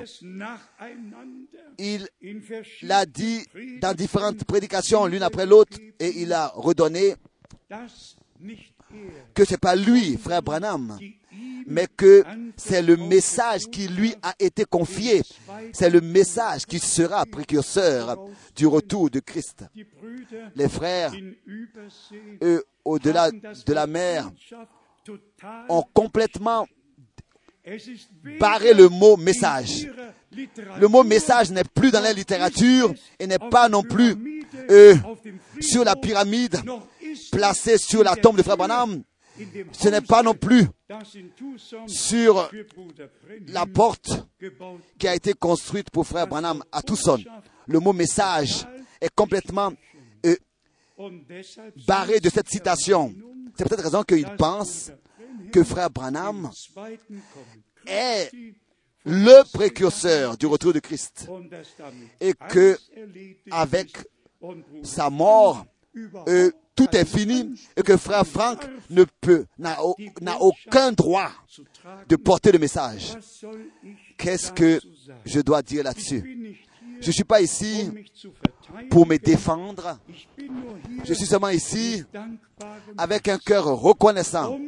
il l'a dit dans différentes prédications l'une après l'autre et il a redonné que ce n'est pas lui, frère Branham, mais que c'est le message qui lui a été confié. C'est le message qui sera précurseur du retour de Christ. Les frères, eux, au-delà de la mer, ont complètement barré le mot message. Le mot message n'est plus dans la littérature et n'est pas non plus euh, sur la pyramide placée sur la tombe de Frère Branham. Ce n'est pas non plus sur la porte qui a été construite pour Frère Branham à Tucson. Le mot message est complètement euh, barré de cette citation. C'est peut-être raison qu'il pense que Frère Branham est le précurseur du retour de Christ et que avec sa mort, euh, tout est fini et que Frère Frank ne peut, n'a, n'a aucun droit de porter le message. Qu'est-ce que je dois dire là-dessus? Je ne suis pas ici pour me défendre. Je suis seulement ici avec un cœur reconnaissant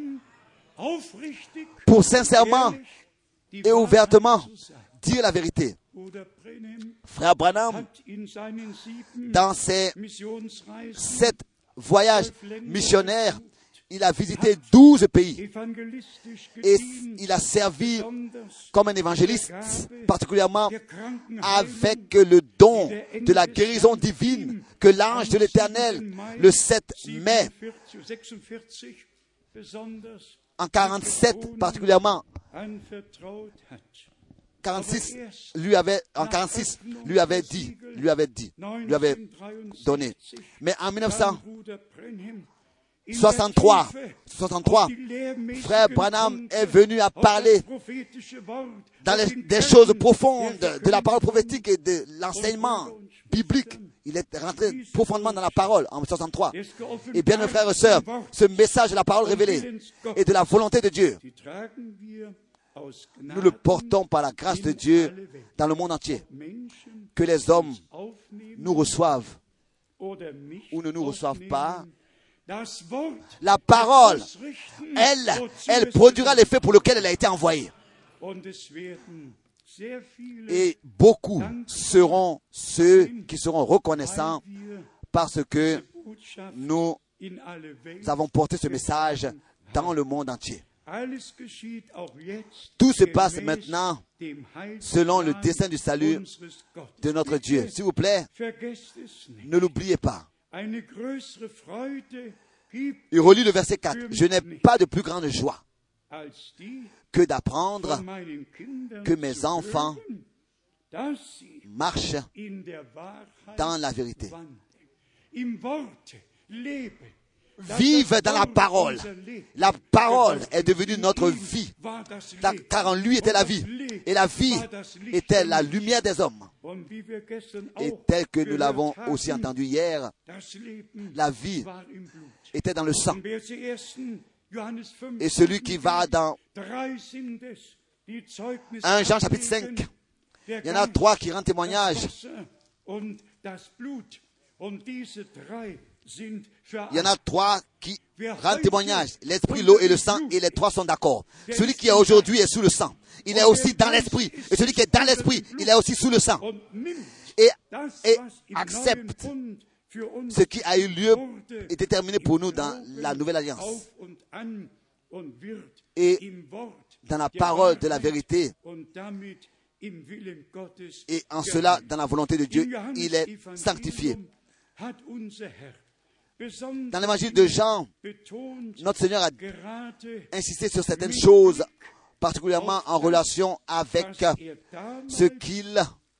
pour sincèrement et ouvertement dire la vérité. Frère Branham, dans ses sept voyages missionnaires, il a visité douze pays et il a servi comme un évangéliste, particulièrement avec le don de la guérison divine que l'ange de l'Éternel, le sept mai, en quarante-sept particulièrement, quarante-six, lui avait, en quarante-six, lui avait dit, lui avait dit, lui avait donné. Mais en mille neuf cent soixante-trois, soixante-trois, Frère Branham est venu à parler dans les, des choses profondes de la parole prophétique et de l'enseignement biblique. Il est rentré profondément dans la parole en soixante-trois. Et bien, mes frères et sœurs, ce message de la parole révélée et de la volonté de Dieu, nous le portons par la grâce de Dieu dans le monde entier. Que les hommes nous reçoivent ou ne nous reçoivent pas, la parole, elle, elle produira l'effet pour lequel elle a été envoyée. Et beaucoup seront ceux qui seront reconnaissants parce que nous avons porté ce message dans le monde entier. Tout se passe maintenant selon le dessein du salut de notre Dieu. S'il vous plaît, ne l'oubliez pas. Il relit le verset quatre. Je n'ai pas de plus grande joie que d'apprendre que mes enfants marchent dans la vérité. Vivent dans la parole. La parole est devenue notre vie, car en lui était la vie. Et la vie était la lumière des hommes. Et tel que nous l'avons aussi entendu hier, la vie était dans le sang. Et celui qui va dans un Jean chapitre cinq, il y en a trois qui rendent témoignage. Il y en a trois qui rendent témoignage. L'esprit, l'eau et le sang, et les trois sont d'accord. Celui qui est aujourd'hui est sous le sang. Il est aussi dans l'esprit. Et celui qui est dans l'esprit, il est aussi sous le sang. Et, et accepte ce qui a eu lieu et déterminé pour nous dans la nouvelle alliance. Et dans la parole de la vérité. Et en cela, dans la volonté de Dieu, il est sanctifié. Dans l'évangile de Jean, notre Seigneur a insisté sur certaines choses, particulièrement en relation avec ce qu'il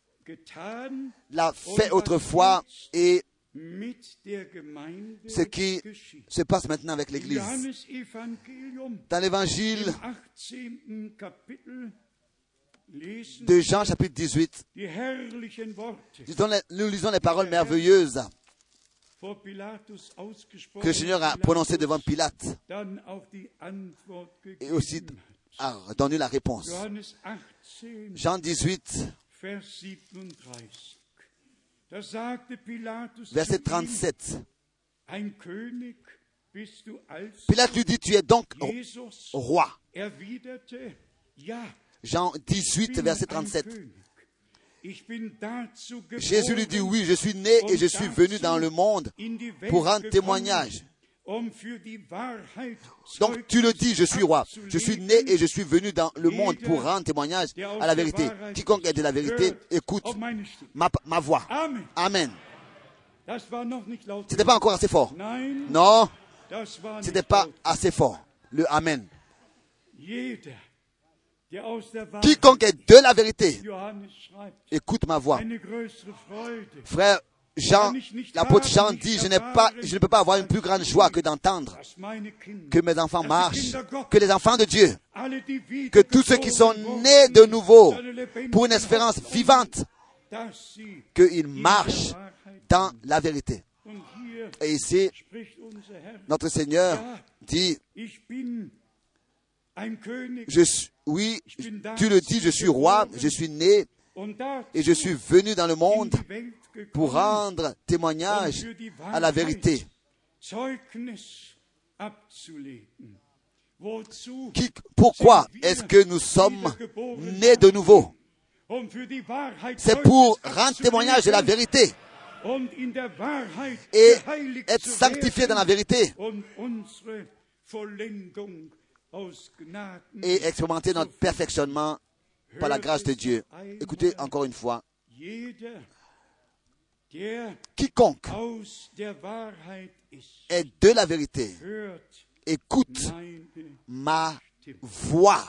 a fait autrefois et ce qui se passe maintenant avec l'Église. Dans l'évangile de Jean, chapitre dix-huit, nous lisons les paroles merveilleuses que le Seigneur a prononcées devant Pilate et aussi a donné la réponse. Jean dix-huit, verset trente-sept. Pilate lui dit, tu es donc Jesus roi. erwiderte, ja, Jean dix-huit, ich bin verset ein trente-sept. König. Ich bin dazu geboren, Jésus lui dit, oui, je suis né et je suis venu dans le monde in die Welt pour rendre gekommen, témoignage. um für die Wahrheit Donc tu le dis, je suis roi. Zeugnis Je suis né et je suis venu dans le monde pour rendre témoignage à la vérité. Quiconque est de la vérité, écoute auf meine Stimme. ma, ma voix. Amen. Amen. Das war noch nicht laut. C'était pas encore assez fort. Nein, Non, das war c'était nicht pas laut. assez fort. Le Amen. Jeder, der aus der Wahrheit, Quiconque est de la vérité, Johannes schreibt, écoute ma voix. eine größere Freude. Frère Jean, l'apôtre Jean dit, je n'ai pas, je ne peux pas avoir une plus grande joie que d'entendre Dass meine Kinder, que mes enfants dass die marchent, Kinder Gottes, que les enfants de Dieu, alle, die que tous ceux qui sont wiedergeboren nés de wurden, nouveau seine lebendigen pour une espérance Hoffnung, vivante, dass sie qu'ils in marchent der Wahrheit dans la vérité. Und hier Et ici, spricht unser Herr, notre Seigneur ja, dit, ich bin ein König je suis, oui, tu le dis, je suis roi, je suis né und dazu et je suis venu dans le in monde die Welt gekommen, pour rendre témoignage um für die à la vérité. Zeugnis abzulegen. Wozu? Qui, pourquoi est-ce que nous sommes nés de nouveau? Um für die Wahrheit C'est pour Zeugnis rendre témoignage de la abzulegen vérité und in der Wahrheit et geheiligt être zu sanctifié dans la werden vérité und unsere Vollendung aus Gnaden et expérimenter notre perfectionnement par la grâce de Dieu. Écoutez encore une fois, Jeder, der quiconque aus der Wahrheit ist, est de la vérité, hört écoute meine ma voix.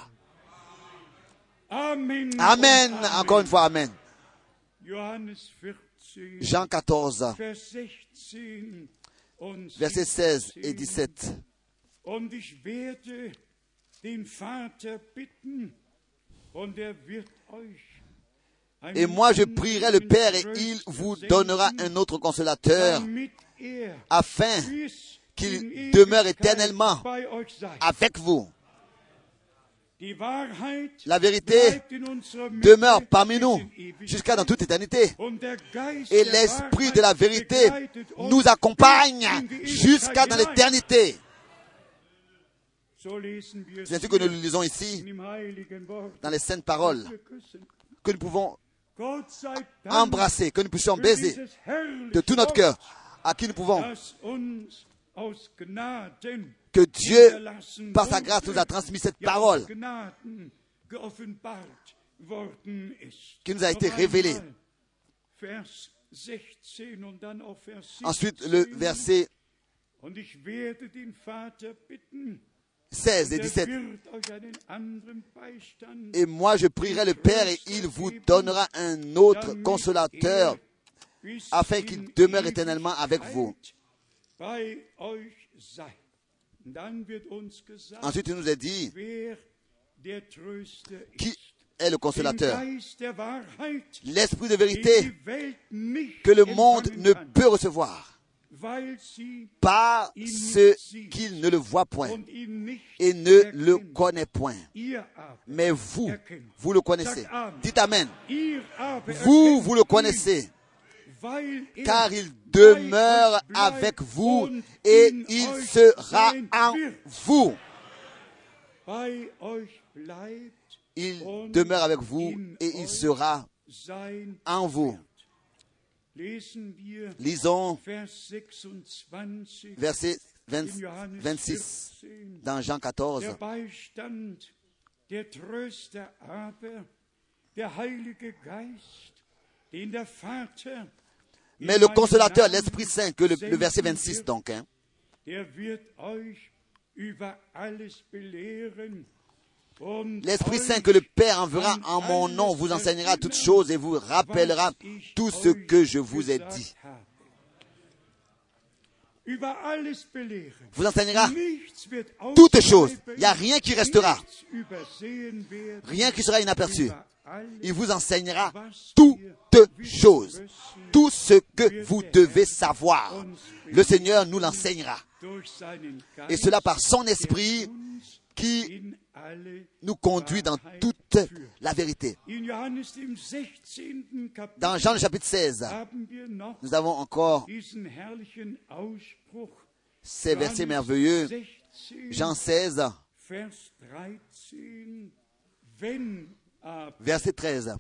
Amen. Amen. und Encore une fois, Amen. Johannes vierzehn, Jean quatorze, Vers sechzehn und versets seize et siebzehn. dix-sept. Und ich werde den Vater bitten, und er wird euch einen Et moi je prierai le Père et anderen il vous Tröster donnera senden, un autre consolateur damit er afin bis qu'il in demeure Ewigkeit éternellement bei euch sei. avec vous. Die Wahrheit La vérité bleibt in unserer Mitte demeure parmi bis nous in Ewigkeit. jusqu'à dans toute éternité. Und der Geist Et der l'Esprit de la Wahrheit vérité begleitet uns nous accompagne bis in die jusqu'à Ewigkeit dans hinein. l'éternité. So lesen wir C'est ainsi que nous le lisons ici, im heiligen Wort. dans les saintes paroles, Wir küssen. que nous pouvons Gott sei Dank embrasser, que nous puissions für baiser dieses herrliche de tout notre Wort, cœur, à qui nous pouvons, das uns aus Gnaden que Dieu, hinterlassen par sa wurde, grâce, nous a transmis cette ja, parole aus Gnaden geoffenbart worden ist. qui nous a été Noch révélée. einmal, Vers sechzehn und dann auf Vers Ensuite, le siebzehn. verset Und ich werde den Vater bitten, seize et der dix-sept. wird euch einen anderen Beistand, Et moi, je prierai le Père et il vous donnera un autre damit consolateur er bis afin in qu'il demeure éternellement avec vous. Ewigkeit bei euch sei. Und dann wird uns gesagt, Ensuite, il nous est dit wer der Tröster qui ist. est le Den consolateur. Geist der Wahrheit, L'Esprit de den vérité die Welt nicht que le monde empfangen ne kann, peut recevoir weil sie par ceux qui ne le voient point und ihn nicht et ne le erkennen. connaissent point. Ihr aber, Mais vous, vous le connaissez. Dites Amen. ihr aber Vous, erkennt vous le ihn, connaissez, weil er car il bei demeure euch bleibt avec vous und et in il euch sera sein en wird. vous. Bei euch bleibt Il und demeure avec vous in et il euch sera sein en vous. wird. Lesen wir Lisons Vers sechsundzwanzig verset vingt, in Johannes vingt-six vierzehn. dans Jean quatorze. Der Beistand, der Tröster aber, der Heilige Geist, den der Vater, in Mais le meinem consolateur, Namen l'Esprit Saint, que le, le verset senden vingt-six wird, donc, hein, der wird euch über alles belehren und l'Esprit euch Saint que le Père enverra an en mon nom alles vous enseignera toutes erinnern, choses et vous rappellera was ich tout ce euch que je vous ai gesagt dit. habe. Über alles belehren. Vous enseignera Nichts wird toutes choses. ausbleiben, Il n'y a rien qui restera, nichts übersehen werden. rien qui sera inaperçu. Über alles, Il vous enseignera was toutes wir choses, wissen, tout ce que vous devez savoir. Le Seigneur nous l'enseignera. durch seinen Et Geist, cela par son der esprit uns qui in alle nous conduit dans Wahrheit toute führt. la vérité. In Johannes dem sechzehnten Kapitel Dans Jean le chapitre seize, haben wir noch nous avons encore diesen herrlichen Ausspruch ces versets merveilleux. Jean seize, verset treize.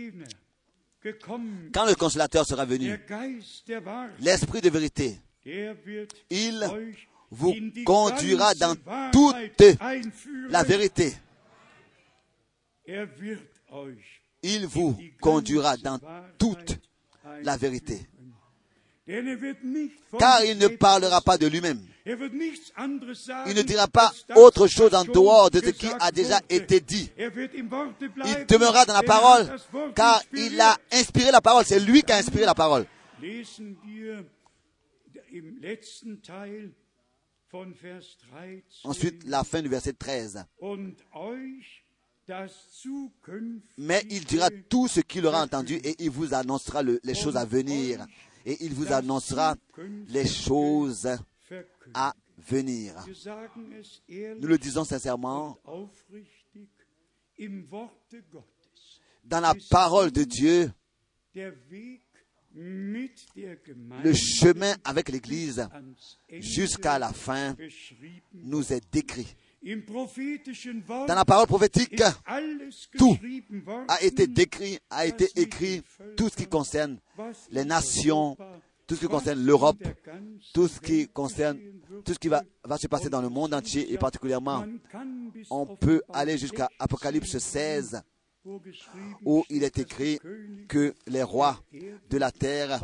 Quand le consolateur sera venu, l'Esprit de vérité, il vous conduira dans toute la vérité. Il vous conduira dans toute la vérité. Car il ne parlera pas de lui-même. Il ne dira pas autre chose en dehors de ce qui a déjà été dit. Il demeurera dans la parole, car il a inspiré la parole. C'est lui qui a inspiré la parole. Ensuite, la fin du verset treize. Mais il dira tout ce qu'il aura entendu et il vous annoncera le, les choses à venir. Et il vous annoncera les choses à venir. Nous le disons sincèrement, dans la parole de Dieu, le chemin avec l'Église jusqu'à la fin nous est décrit. Dans la parole prophétique, tout a été décrit, a été écrit, tout ce qui concerne les nations, tout ce qui concerne l'Europe, tout ce qui concerne, tout ce qui va, va se passer dans le monde entier, et particulièrement, on peut aller jusqu'à Apocalypse seize, où il est écrit que les rois de la terre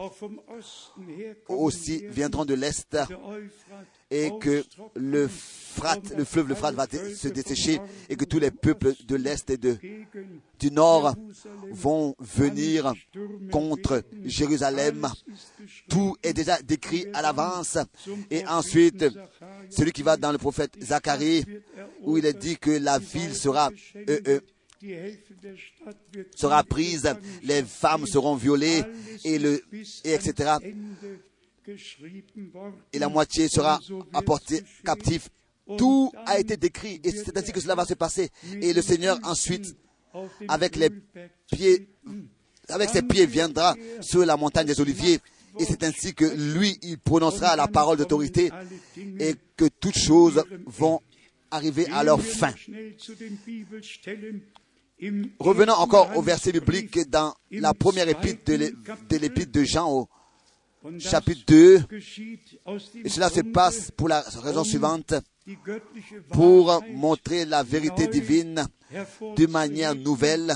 aussi viendront de l'Est et que le, Frat, le fleuve le Frat va se dessécher et que tous les peuples de l'Est et de, du Nord vont venir contre Jérusalem. Tout est déjà décrit à l'avance. Et ensuite, celui qui va dans le prophète Zacharie, où il est dit que la ville sera... Euh, euh, sera prise, les femmes seront violées, et, le, et etc. Et la moitié sera apportée captive. Tout a été décrit, et c'est ainsi que cela va se passer. Et le Seigneur ensuite, avec les pieds, avec ses pieds, viendra sur la montagne des Oliviers. Et c'est ainsi que lui, il prononcera la parole d'autorité, et que toutes choses vont arriver à leur fin. Revenons encore au verset biblique dans la première épître de l'épître de Jean au chapitre deux. Et cela se passe pour la raison suivante, pour montrer la vérité divine de manière nouvelle,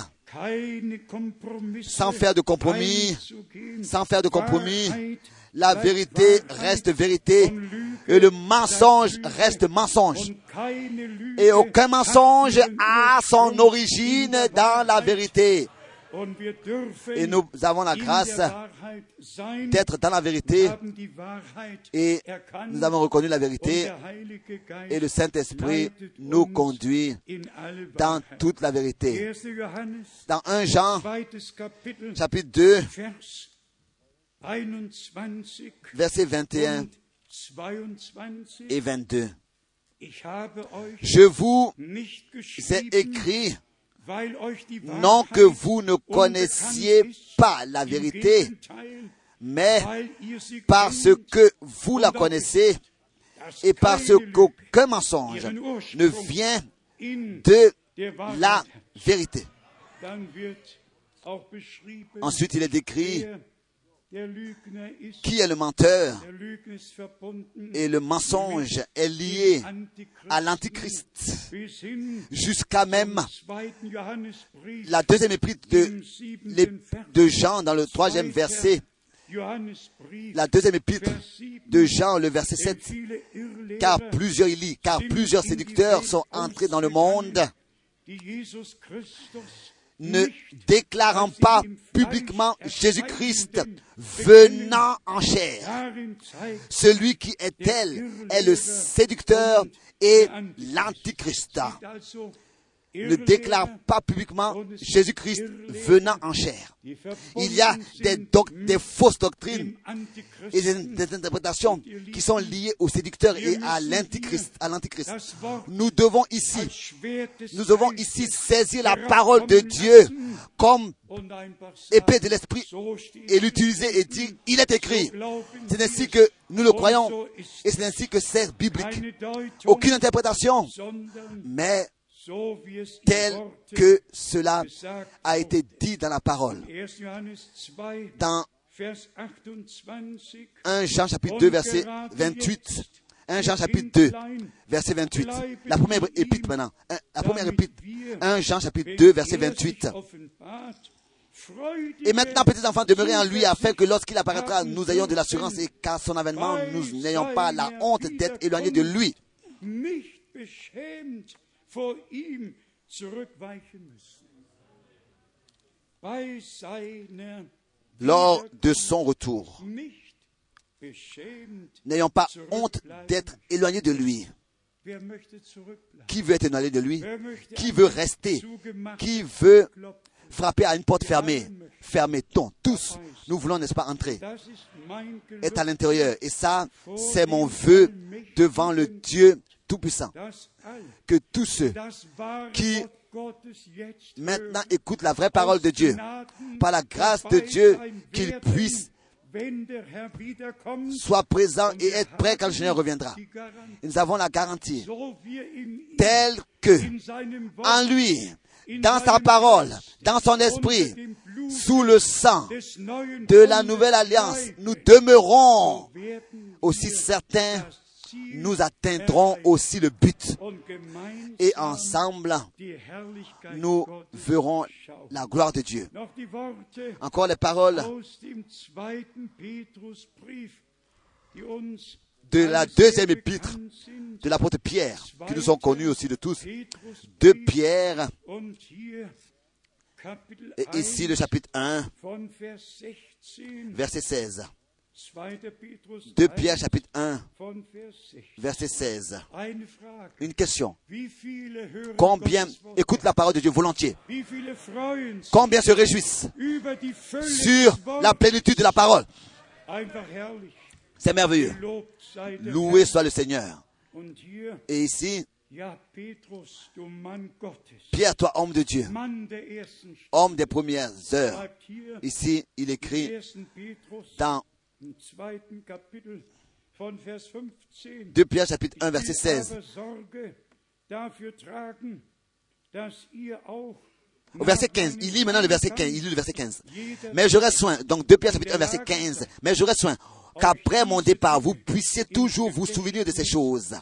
sans faire de compromis, sans faire de compromis. La vérité reste vérité et le mensonge reste mensonge. Et aucun mensonge a son origine dans la vérité. Et nous avons la grâce d'être dans la vérité et nous avons reconnu la vérité et le Saint-Esprit nous conduit dans toute la vérité. Dans premier Jean, chapitre deux, versets vingt et un et vingt-deux. Je vous ai écrit non que vous ne connaissiez pas la vérité, mais parce que vous la connaissez et parce qu'aucun mensonge ne vient de la vérité. Ensuite, il est décrit qui est le menteur, et le mensonge est lié à l'Antichrist, jusqu'à même la deuxième épître de, de Jean dans le troisième verset, la deuxième épître de Jean, le verset sept, car plusieurs, il lit, car plusieurs séducteurs sont entrés dans le monde, ne déclarant pas publiquement Jésus-Christ venant en chair. Celui qui est tel est le séducteur et l'antichrist. ne déclarent pas publiquement Jésus-Christ venant en chair. Il y a des, doc, des fausses doctrines et des, des interprétations qui sont liées aux séducteurs et à l'antichrist, à l'antichrist. Nous devons ici, nous devons ici saisir la parole de Dieu comme épée de l'esprit et l'utiliser et dire, il est écrit. C'est ainsi que nous le croyons et c'est ainsi que c'est biblique. Aucune interprétation, mais tel que cela a été dit dans la parole. Dans premier Jean chapitre deux, verset vingt-huit. premier Jean chapitre deux, verset vingt-huit. La première épître maintenant. La première épître. premier Jean chapitre deux, verset vingt-huit. Et maintenant, petits enfants, demeurez en lui afin que lorsqu'il apparaîtra, nous ayons de l'assurance et qu'à son avènement, nous n'ayons pas la honte d'être éloignés de lui. Lors de son retour, n'ayons pas honte d'être éloignés de lui. Qui veut être éloigné de lui? Qui veut rester? Qui veut frapper à une porte fermée? Fermez-t-on tous? Nous voulons, n'est-ce pas, entrer, être à l'intérieur. Et ça, c'est mon vœu devant le Dieu Tout-Puissant. Que tous ceux qui maintenant écoutent la vraie parole de Dieu, par la grâce de Dieu, qu'ils puissent soient présents et être prêts quand le Seigneur reviendra. Et nous avons la garantie, telle que en lui, dans sa parole, dans son esprit, sous le sang de la nouvelle alliance, nous demeurons aussi certains, nous atteindrons aussi le but. Et ensemble, nous verrons la gloire de Dieu. Encore les paroles de la deuxième épître de l'apôtre Pierre, qui nous sont connus aussi de tous. De Pierre, et ici le chapitre un, verset seize. De Pierre, chapitre un, verset seize. Une question. Combien écoutent la parole de Dieu volontiers? Combien se réjouissent sur la plénitude de la parole? C'est merveilleux. Loué soit le Seigneur. Et ici, Pierre, toi, homme de Dieu, homme des premières heures. Ici, il écrit dans deux Pierre, chapitre un, verset seize. Au verset quinze, il lit maintenant le verset quinze, il lit le verset quinze. Mais j'aurai soin, donc deux Pierre, chapitre un, verset quinze. Mais j'aurai soin qu'après mon départ, vous puissiez toujours vous souvenir de ces choses.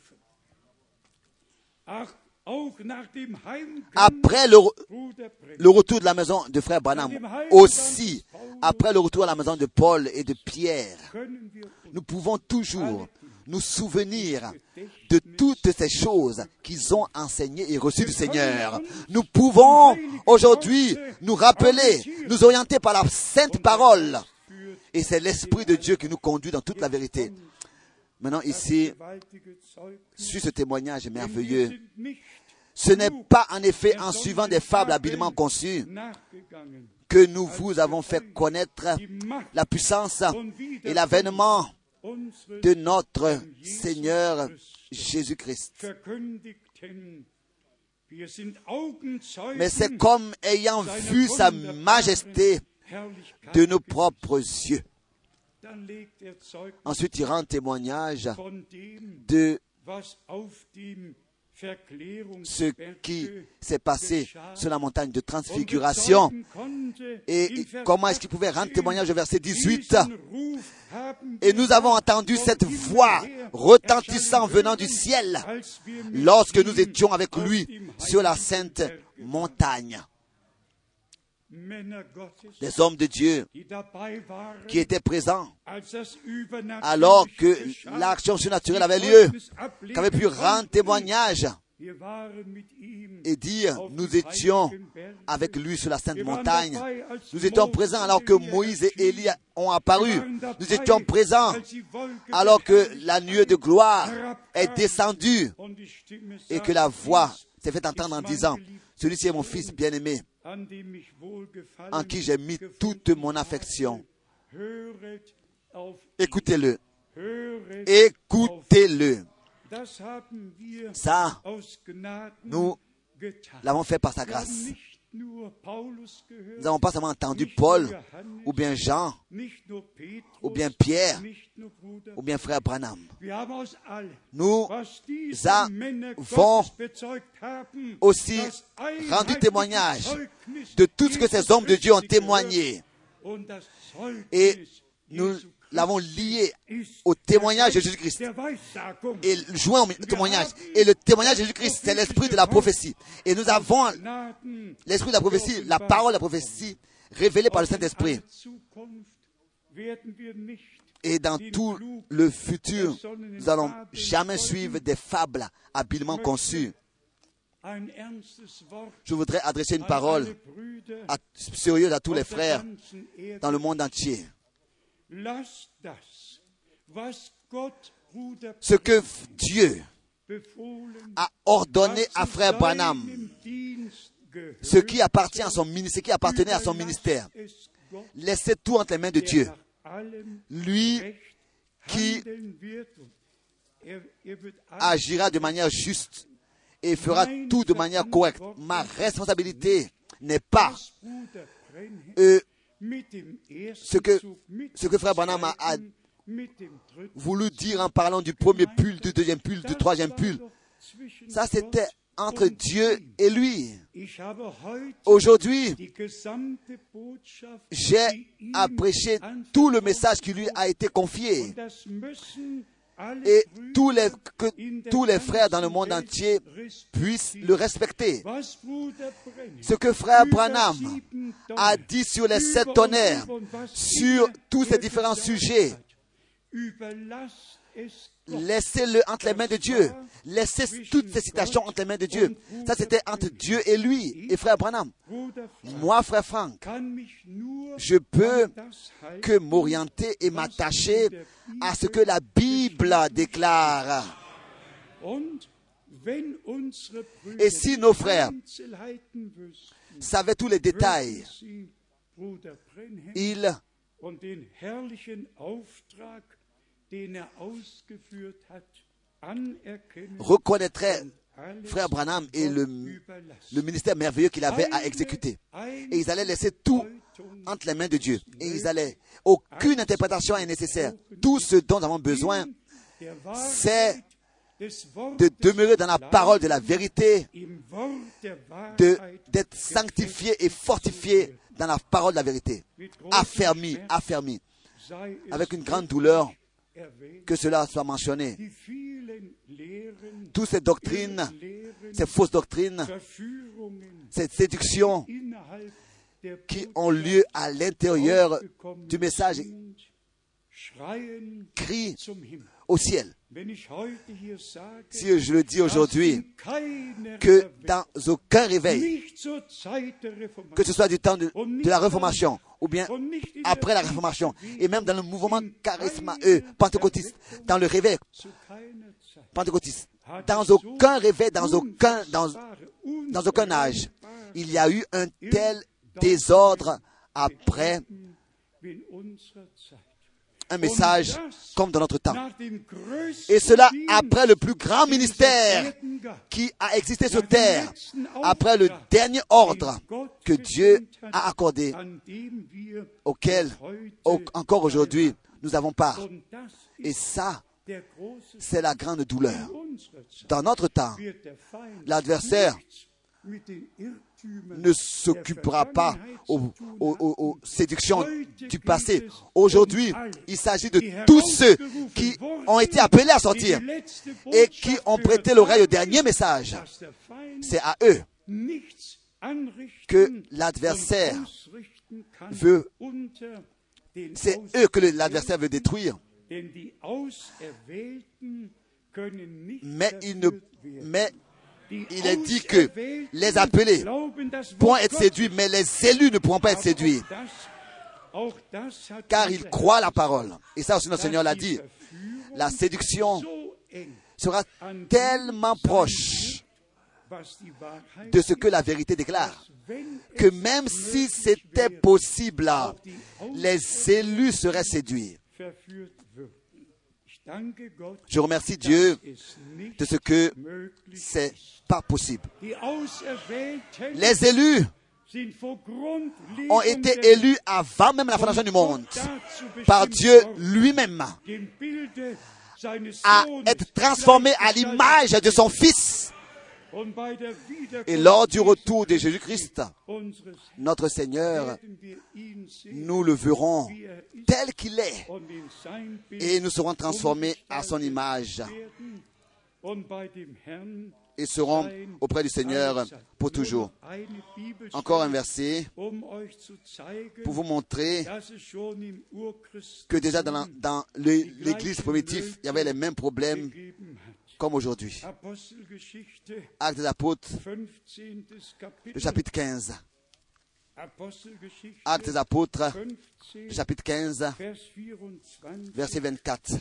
Après le, le retour de la maison de frère Branham, aussi, après le retour à la maison de Paul et de Pierre, nous pouvons toujours nous souvenir de toutes ces choses qu'ils ont enseignées et reçues du Seigneur. Nous pouvons aujourd'hui nous rappeler, nous orienter par la sainte parole. Et c'est l'Esprit de Dieu qui nous conduit dans toute la vérité. Maintenant, ici, sur ce témoignage merveilleux, ce n'est pas en effet en suivant des fables habilement conçues que nous vous avons fait connaître la puissance et l'avènement de notre Seigneur Jésus-Christ. Mais c'est comme ayant vu sa majesté de nos propres yeux. Ensuite, il rend témoignage de ce qui s'est passé sur la montagne de transfiguration. Et comment est-ce qu'il pouvait rendre témoignage au verset dix-huit? Et nous avons entendu cette voix retentissant venant du ciel lorsque nous étions avec lui sur la sainte montagne. Des hommes de Dieu qui étaient présents alors que l'action surnaturelle avait lieu, qui avaient pu rendre témoignage et dire, nous étions avec lui sur la sainte montagne. Nous étions présents alors que Moïse et Élie ont apparu. Nous étions présents alors que la nuée de gloire est descendue et que la voix s'est fait entendre en disant, celui-ci est mon fils bien-aimé, en qui j'ai mis toute mon affection. Écoutez-le. Écoutez-le. Ça, nous l'avons fait par sa grâce. Nous n'avons pas seulement entendu Paul, ou bien Jean, ou bien Pierre, ou bien frère Branham. Nous avons aussi rendu témoignage de tout ce que ces hommes de Dieu ont témoigné. Et nous l'avons lié au témoignage de Jésus-Christ. Et joint au témoignage. Et le témoignage de Jésus-Christ, c'est l'esprit de la prophétie. Et nous avons l'esprit de la prophétie, la parole de la prophétie, révélée par le Saint-Esprit. Et dans tout le futur, nous n'allons jamais suivre des fables habilement conçues. Je voudrais adresser une parole à, sérieuse à tous les frères dans le monde entier. Ce que Dieu a ordonné à frère Branham, ce qui appartient à son ministère, ce qui appartenait à son ministère, laissez tout entre les mains de Dieu. Lui qui agira de manière juste et fera tout de manière correcte. Ma responsabilité n'est pas euh, ce que, ce que frère Branham a, a voulu dire en parlant du premier pull, du deuxième pull, du troisième pull. Ça, c'était entre Dieu et lui. Aujourd'hui, j'ai prêché tout le message qui lui a été confié. Et tous les, que tous les frères dans le monde entier puissent le respecter. Ce que frère Branham a dit sur les sept tonnerres, sur tous ces différents sujets, laissez-le entre les mains de Dieu. Laissez toutes ces citations entre les mains de Dieu. Ça, c'était entre Dieu et lui, et frère Branham. Moi, frère Frank, je peux que m'orienter et m'attacher à ce que la Bible déclare. Et si nos frères savaient tous les détails, ils reconnaîtraient frère Branham et le, le ministère merveilleux qu'il avait à exécuter. Et ils allaient laisser tout entre les mains de Dieu. Et ils allaient, aucune interprétation est nécessaire. Tout ce dont nous avons besoin, c'est de demeurer dans la parole de la vérité, de, d'être sanctifié et fortifié dans la parole de la vérité. Affermi, affermi. Avec une grande douleur, que cela soit mentionné. Toutes ces doctrines, ces fausses doctrines, ces séductions qui ont lieu à l'intérieur du message crient au ciel. Si je le dis aujourd'hui, que dans aucun réveil, que ce soit du temps de, de la Réformation, ou bien après la Réformation, et même dans le mouvement charisma, euh, pentecôtiste, dans le réveil pentecôtiste, dans aucun réveil, dans aucun, dans, dans aucun âge, il y a eu un tel désordre après un message comme dans notre temps. Et cela après le plus grand ministère qui a existé sur terre, après le dernier ordre que Dieu a accordé, auquel au, encore aujourd'hui nous avons part. Et ça, c'est la grande douleur. Dans notre temps, l'adversaire ne s'occupera pas aux, aux, aux, aux séductions du passé. Aujourd'hui, il s'agit de tous ceux qui ont été appelés à sortir et qui ont prêté l'oreille au dernier message. C'est à eux que l'adversaire veut, c'est eux que l'adversaire veut détruire. Mais il ne, mais il est dit que les appelés pourront être séduits, mais les élus ne pourront pas être séduits. Car ils croient la parole. Et ça aussi, notre Seigneur l'a dit. La séduction sera tellement proche de ce que la vérité déclare. Que même si c'était possible, les élus seraient séduits. Je remercie Dieu de ce que c'est pas possible. Les élus ont été élus avant même la fondation du monde par Dieu lui-même à être transformés à l'image de son Fils. Et lors du retour de Jésus-Christ, notre Seigneur, nous le verrons tel qu'il est et nous serons transformés à son image et serons auprès du Sœur pour toujours. Encore un verset pour vous montrer que déjà dans, la, dans le, l'Église primitive, il y avait les mêmes problèmes comme aujourd'hui. Actes des Apôtres, le chapitre quinze. Actes des Apôtres, le chapitre quinze, verset vingt-quatre.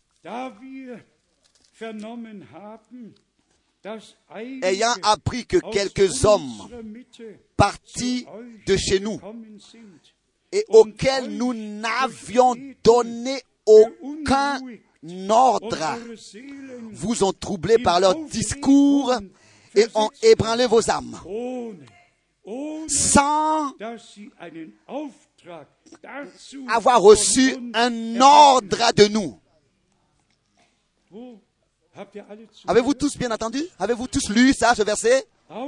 Ayant appris que quelques hommes partis de chez nous et auxquels nous n'avions donné aucun ordre vous ont troublé par leur discours et ont ébranlé vos âmes sans avoir reçu un ordre de nous. Avez-vous tous bien entendu? Avez-vous tous lu ça, ce verset?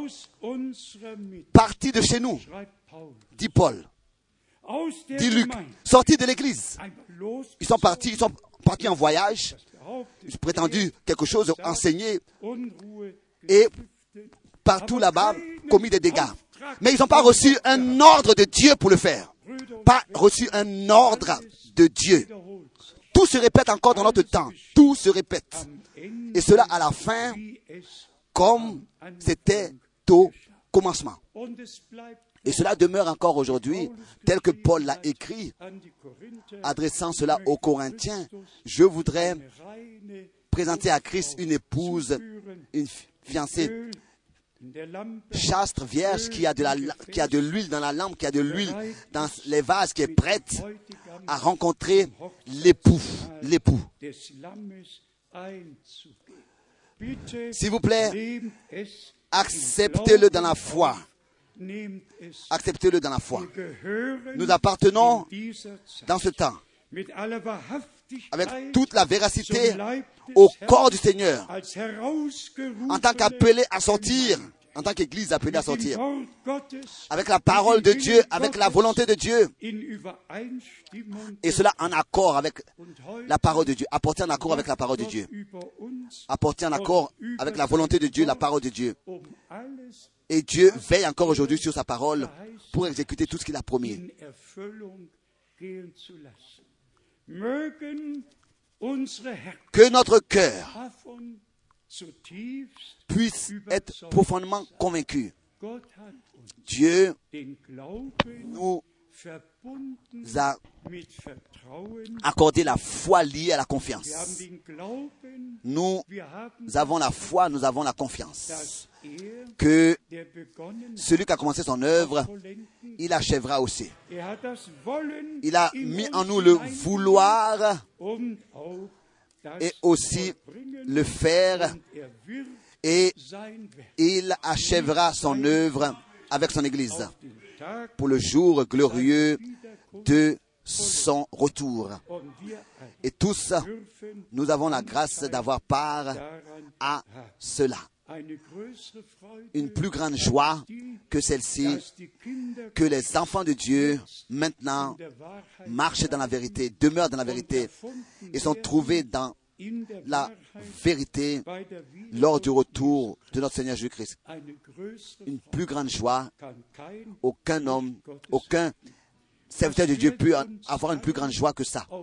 Partis de chez nous, dit Paul, dit Luc, sortis de l'église. Ils sont partis, ils sont partis en voyage, ils ont prétendu quelque chose, enseigner, et partout là-bas, commis des dégâts. Mais ils n'ont pas reçu un ordre de Dieu pour le faire. Pas reçu un ordre de Dieu. Tout se répète encore dans notre temps. Tout se répète. Et cela à la fin, comme c'était au commencement. Et cela demeure encore aujourd'hui, tel que Paul l'a écrit, adressant cela aux Corinthiens. Je voudrais présenter à Christ une épouse, une fiancée chaste, vierge, qui a de la, qui a de l'huile dans la lampe, qui a de l'huile dans les vases, qui est prête à rencontrer l'époux, l'époux. S'il vous plaît, acceptez-le dans la foi. Acceptez-le dans la foi. Nous appartenons dans ce temps, avec toute la véracité, au corps du Seigneur, en tant qu'appelé à sortir, en tant qu'Église appelée à sortir, avec la parole de Dieu, avec la volonté de Dieu, et cela en accord avec la parole de Dieu, apporter en accord avec la parole de Dieu, apporter en accord avec la volonté de Dieu, la parole de Dieu. Et Dieu veille encore aujourd'hui sur sa parole pour exécuter tout ce qu'il a promis. Que notre cœur puisse être profondément convaincu. Dieu nous a accordé la foi liée à la confiance. Nous avons la foi, nous avons la confiance que celui qui a commencé son œuvre, il achèvera aussi. Il a mis en nous le vouloir et aussi le faire, et il achèvera son œuvre avec son Église pour le jour glorieux de son retour. Et tous, nous avons la grâce d'avoir part à cela. Une plus grande joie que celle-ci, que les enfants de Dieu maintenant marchent dans la vérité, demeurent dans la vérité et sont trouvés dans la vérité lors du retour de notre Seigneur Jésus-Christ. Une plus grande joie, aucun homme, aucun serviteur de Dieu peut avoir une plus grande joie que ça.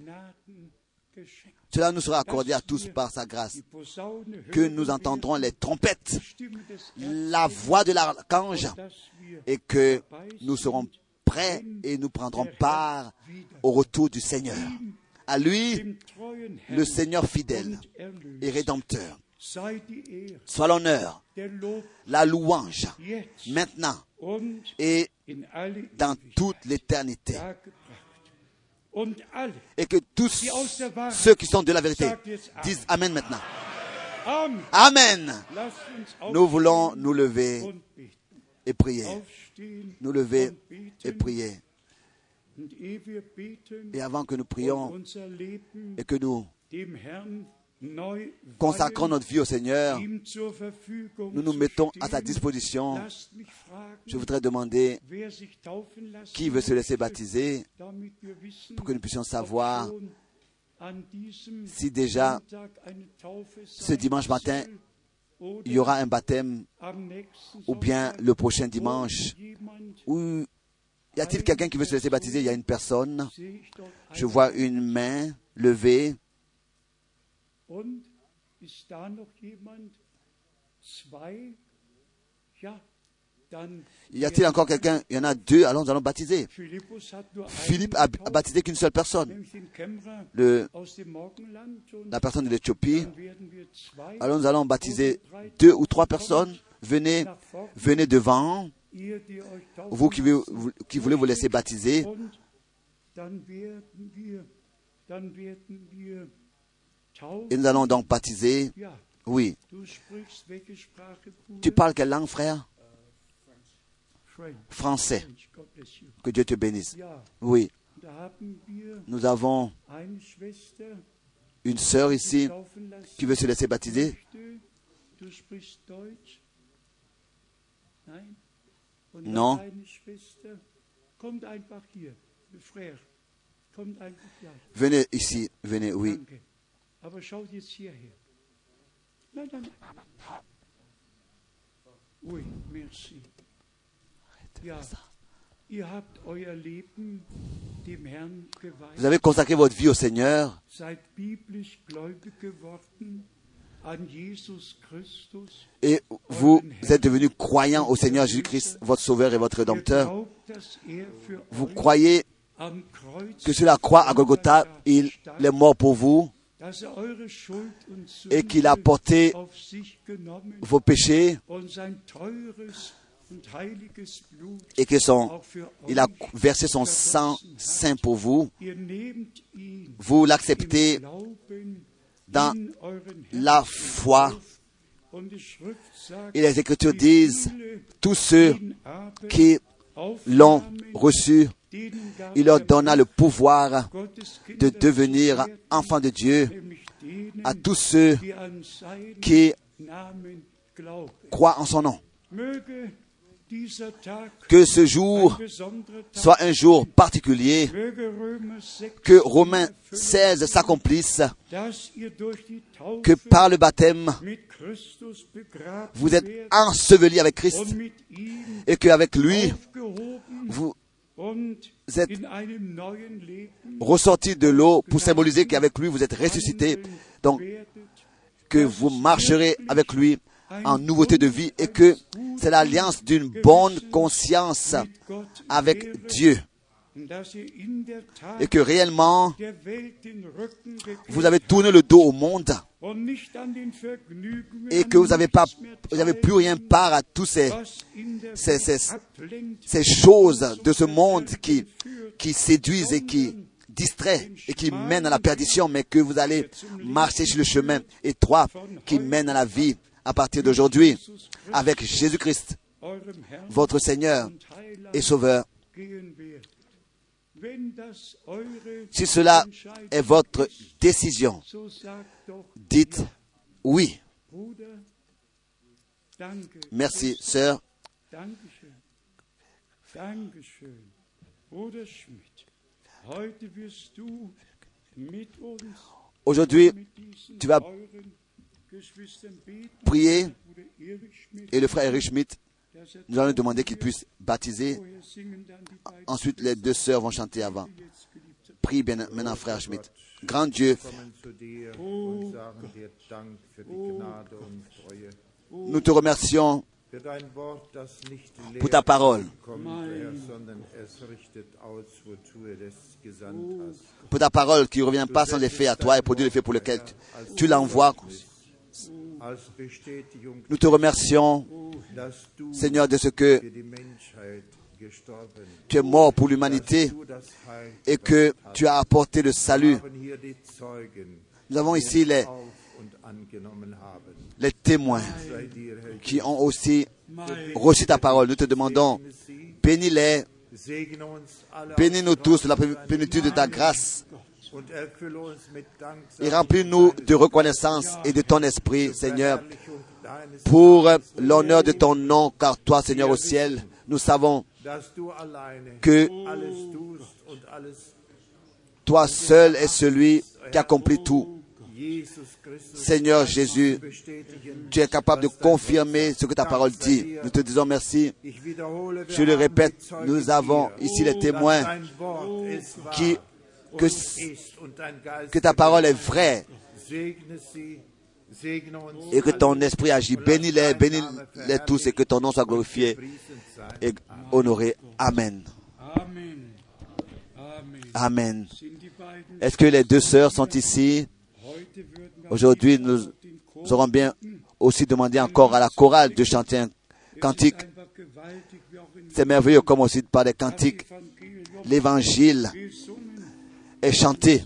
Cela nous sera accordé à tous par sa grâce, que nous entendrons les trompettes, la voix de l'archange, et que nous serons prêts et nous prendrons part au retour du Seigneur. À lui, le Seigneur fidèle et rédempteur, soit l'honneur, la louange, maintenant et dans toute l'éternité. Et que tous ceux qui sont de la vérité disent Amen maintenant. Amen. Nous voulons nous lever et prier. Nous lever et prier. Et avant que nous prions et que nous consacrons notre vie au Seigneur, nous nous mettons à sa disposition. Je voudrais demander qui veut se laisser baptiser pour que nous puissions savoir si déjà ce dimanche matin il y aura un baptême ou bien le prochain dimanche. Ou y a-t-il quelqu'un qui veut se laisser baptiser? Il y a une personne. Je vois une main levée. Y a-t-il encore quelqu'un? Il y en a deux, alors nous allons baptiser. Philippe a baptisé qu'une seule personne, le, la personne de l'Éthiopie. Alors nous allons baptiser deux ou trois personnes. Venez, venez devant, vous qui, vous, qui voulez vous laisser baptiser. Et nous allons donc baptiser. Oui. Tu parles quelle langue, frère? Français. Que Dieu te bénisse. Oui. Nous avons une sœur ici qui veut se laisser baptiser. Non. Venez ici. Venez, oui. Oui, merci. Ja, ihr habt euer Leben dem Herrn geweiht. Vous avez consacré votre vie au Seigneur. Seid biblisch gläubig geworden an Jesus Christus. Et vous êtes devenus croyants au Seigneur Jésus-Christ, votre Sauveur et votre Rédempteur. Vous croyez que sur la croix à Golgotha, il est mort pour vous et qu'il a porté vos péchés et que son, il a versé son sang saint pour vous. Vous l'acceptez dans la foi. Et les Écritures disent, tous ceux qui l'ont reçu, il leur donna le pouvoir de devenir enfants de Dieu à tous ceux qui croient en son nom. Que ce jour soit un jour particulier, que Romains seize s'accomplisse, que par le baptême, vous êtes ensevelis avec Christ et qu'avec lui, vous êtes ressortis de l'eau pour symboliser qu'avec lui, vous êtes ressuscités. Donc, que vous marcherez avec lui en nouveauté de vie et que c'est l'alliance d'une bonne conscience avec Dieu. Et que réellement, vous avez tourné le dos au monde et que vous n'avez pas, vous n'avez plus rien part à tous ces, ces, ces, ces choses de ce monde qui, qui séduisent et qui distraient et qui mènent à la perdition, mais que vous allez marcher sur le chemin étroit qui mène à la vie à partir d'aujourd'hui, avec Jésus-Christ, votre Seigneur et Sauveur. Si cela est votre décision, dites oui. Merci, sœur. Aujourd'hui, tu vas prier et le frère Erich Schmidt, nous allons lui demander qu'il puisse baptiser. Ensuite, les deux sœurs vont chanter avant. Prie bien maintenant, frère Schmidt. Grand Dieu, nous te remercions pour ta parole, pour ta parole qui ne revient pas sans effet à toi et produit l'effet pour lequel tu l'envoies. Nous te remercions, Seigneur, de ce que tu es mort pour l'humanité et que tu as apporté le salut. Nous avons ici les, les témoins qui ont aussi reçu ta parole. Nous te demandons, bénis-les, bénis-nous tous la plénitude de ta grâce et remplis-nous de reconnaissance et de ton esprit, Seigneur, pour l'honneur de ton nom, car toi, Seigneur, au ciel, nous savons que toi seul es celui qui accomplit tout. Seigneur Jésus, tu es capable de confirmer ce que ta parole dit. Nous te disons merci. Je le répète, nous avons ici les témoins qui, que, que ta parole est vraie et que ton esprit agit. Bénis-les, bénis-les tous et que ton nom soit glorifié et honoré. Amen. Amen. Est-ce que les deux sœurs sont ici? Aujourd'hui, nous aurons bien aussi demandé encore à la chorale de chanter un cantique. C'est merveilleux comme aussi par des cantiques. L'évangile est chanté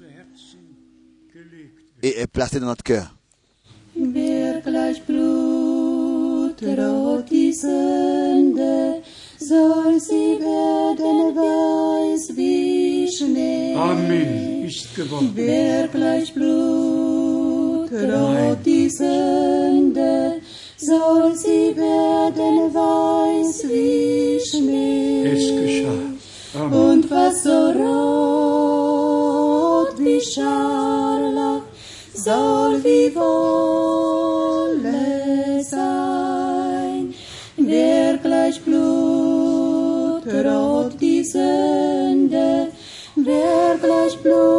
et est placé dans notre cœur. Wirklich blutrot die Sünde, soll sie werden weiß wie Schnee. Amen. Ist geworden. Wirklich blutrot die Sünde, soll sie werden weiß wie Schnee. Es geschah. Amen. Und was so rot wie Scharlach, soll wie Wolle sein. Wirklich blutrot die Sünde, wirklich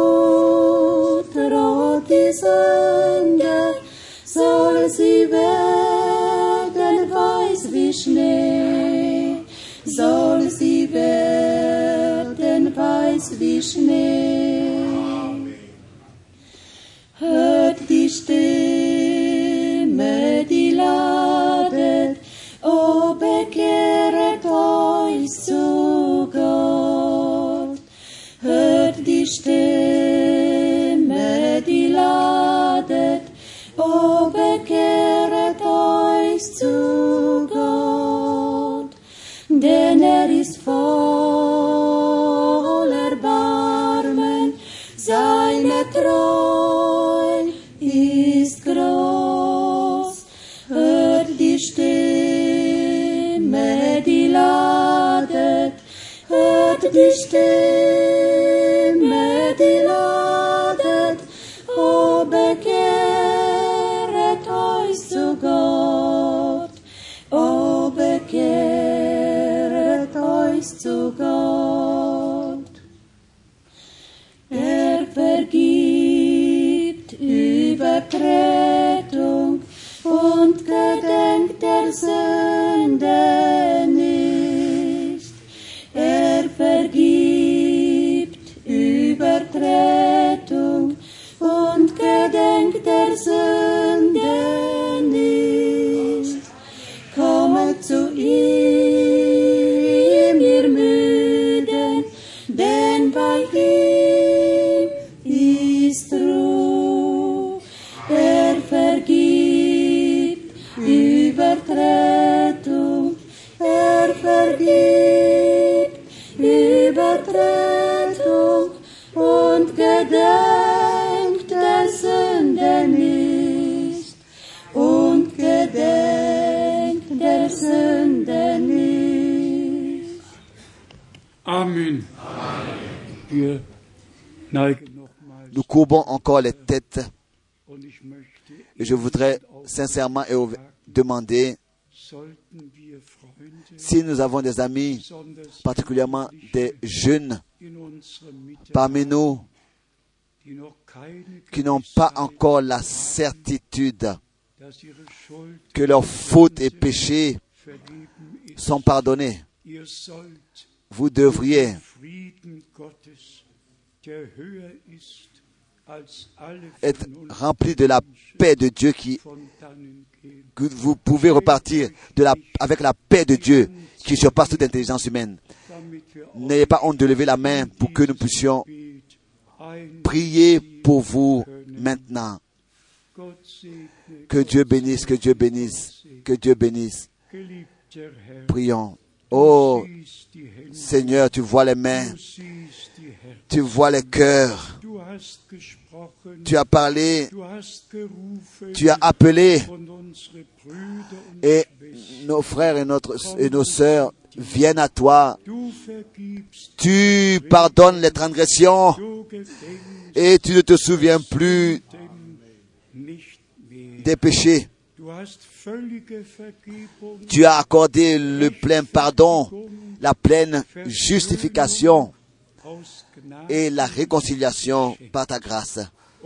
blutrot die Sünde, soll sie werden weiß wie Schnee, soll sie werden weiß wie Schnee. Hört die Stimme, die ladet, o bekehret euch zu Gott. Hört die Stimme, die ladet, o bekehret euch zu Gott. Denn er ist voll Erbarmen, seine Treu ist groß. Hört die Stimme, die ladet, hört die Stimme, die ladet, o bekehret euch zu Gott, o bekehret euch zu Gott. Er vergibt Übertretung und gedenkt der Sünde nicht. Er vergibt Übertretung und gedenkt der Sünde nicht. Kommet zu ihm, ihr Müden, denn bei ihm ist Ruhe. Er vergibt Übertretung, er vergibt Übertretung und gedenkt der Sünde nicht, und gedenkt der Sünde nicht. Amen. Wir neigen nochmals. Nous courbons encore les têtes Und ich möchte et je voudrais sincèrement et au- demander sollten wir Freunde si nous avons des amis, besonders particulièrement des jeunes in unserem Mitte, parmi nous die noch keine qui n'ont pas Gewissheit, encore la certitude dass ihre Schuld que leurs fautes et péchés vergeben ist. sont pardonnés. Ihr sollt Vous devriez Frieden Gottes, der höher ist être rempli de la paix de Dieu qui, que vous pouvez repartir de la, avec la paix de Dieu qui surpasse toute intelligence humaine. N'ayez pas honte de lever la main pour que nous puissions prier pour vous maintenant. Que Dieu bénisse, que Dieu bénisse, que Dieu bénisse. Prions. Oh Seigneur, tu vois les mains, tu vois les cœurs. Tu as parlé, tu as appelé, et nos frères et, notre, et nos sœurs viennent à toi. Tu pardonnes les transgressions et tu ne te souviens plus des péchés. Tu as accordé le plein pardon, la pleine justification et la réconciliation par ta grâce.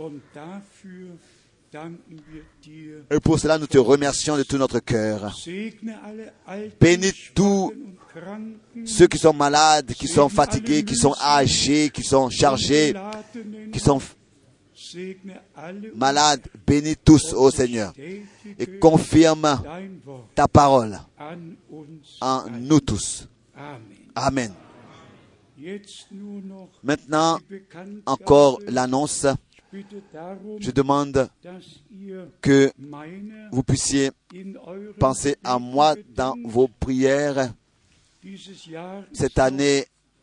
Et pour cela, nous te remercions de tout notre cœur. Bénis tous ceux qui sont malades, qui sont fatigués, qui sont âgés, qui sont chargés, qui sont malades. Bénis tous, ô Seigneur, et confirme ta parole en nous tous. Amen. Maintenant, encore l'annonce. Je demande que vous puissiez penser à moi dans vos prières. Cette année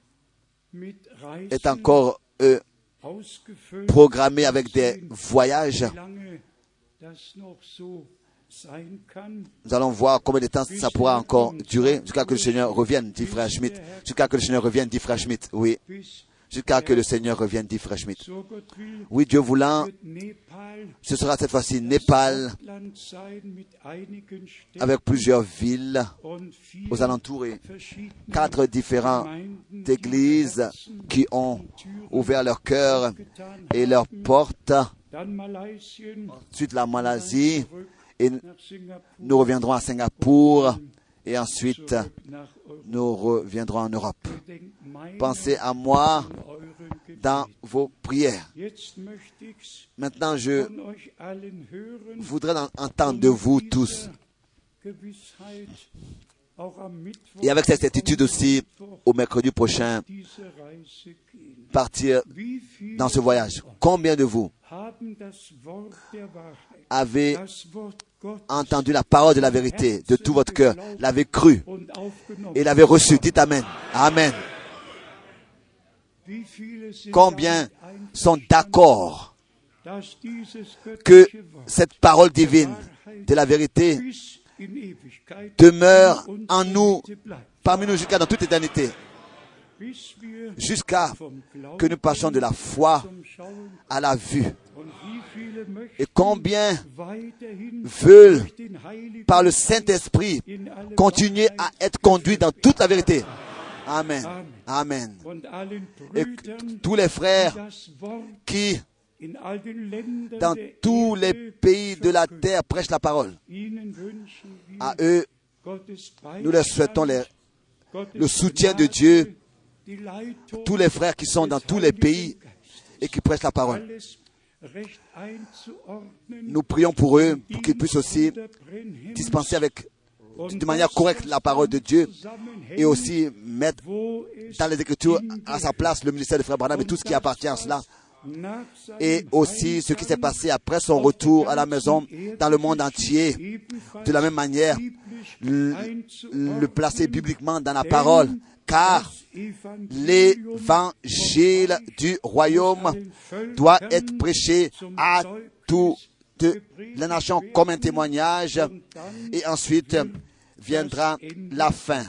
est encore euh, programmée avec des voyages. Nous allons voir combien de temps ça pourra encore durer jusqu'à que le Seigneur revienne, dit Frère Schmidt. Jusqu'à que le Seigneur revienne, dit Frère Schmidt. Oui. Jusqu'à que le Seigneur revienne, dit Frère Schmidt. Oui, Dieu voulant, ce sera cette fois-ci Népal, avec plusieurs villes aux alentours et quatre différentes églises qui ont ouvert leur cœur et leurs portes. Ensuite, la Malaisie, et nous reviendrons à Singapour, et ensuite, nous reviendrons en Europe. Pensez à moi dans vos prières. Maintenant, je voudrais entendre de vous tous. Et avec cette certitude aussi, au mercredi prochain, partir dans ce voyage. Combien de vous avez entendu la parole de la vérité de tout votre cœur, l'avez cru et l'avez reçu? Dites Amen. Amen. Combien sont d'accord que cette parole divine de la vérité demeure en nous, parmi nous jusqu'à dans toute éternité, jusqu'à que nous passions de la foi à la vue. Et combien veulent, par le Saint-Esprit, continuer à être conduits dans toute la vérité. Amen. Amen. Et tous les frères qui, dans tous les pays de la terre, prêchent la parole, à eux, nous leur souhaitons les, le soutien de Dieu, tous les frères qui sont dans tous les pays et qui prêchent la parole. Nous prions pour eux, pour qu'ils puissent aussi dispenser avec, de manière correcte la parole de Dieu et aussi mettre dans les Écritures à sa place le ministère de Frère Branham et tout ce qui appartient à cela. Et aussi ce qui s'est passé après son retour à la maison dans le monde entier. De la même manière, le, le placer bibliquement dans la parole. Car l'évangile du royaume doit être prêché à toutes les nations comme un témoignage. Et ensuite viendra la fin.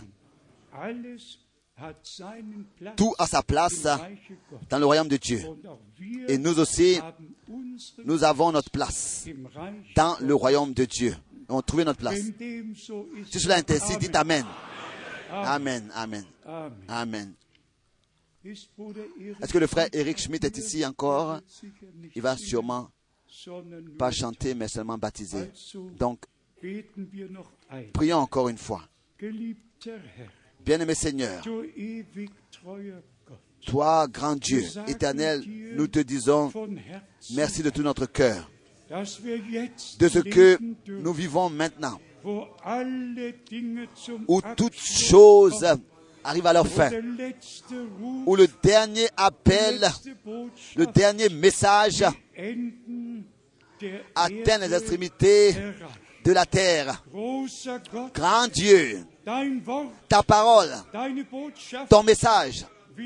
Tout à sa place dans le royaume de Dieu. Et nous aussi, nous avons notre place dans le royaume de Dieu. On a trouvé notre place. Si cela est ainsi, dites Amen. Amen, amen, amen. Est-ce que le frère Eric Schmidt est ici encore? Il va sûrement pas chanter, mais seulement baptiser. Donc, prions encore une fois. Bien-aimé Seigneur, Toi, grand Dieu, éternel, nous te disons merci de tout notre cœur, de ce que nous vivons maintenant, où toutes choses arrivent à leur fin, où le dernier appel, le dernier message atteint les extrémités de la terre. Grand Dieu, ta parole, ton message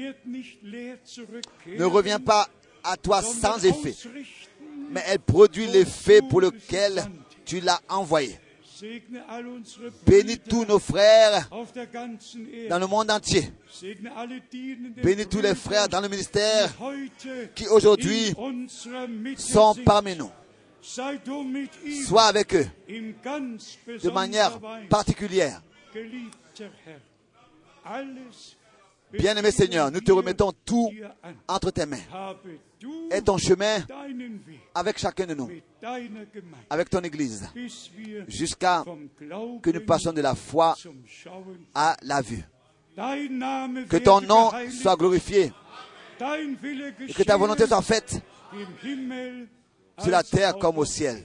ne revient pas à toi sans effet, mais elle produit l'effet pour lequel tu l'as envoyé. Bénis tous nos frères dans le monde entier. Bénis tous les frères dans le ministère qui aujourd'hui sont parmi nous. Sois avec eux de manière particulière. Bien-aimé Seigneur, nous te remettons tout entre tes mains. Et ton chemin avec chacun de nous, avec ton Église, jusqu'à que nous passions de la foi à la vue. Que ton nom soit glorifié et que ta volonté soit faite sur la terre comme au ciel.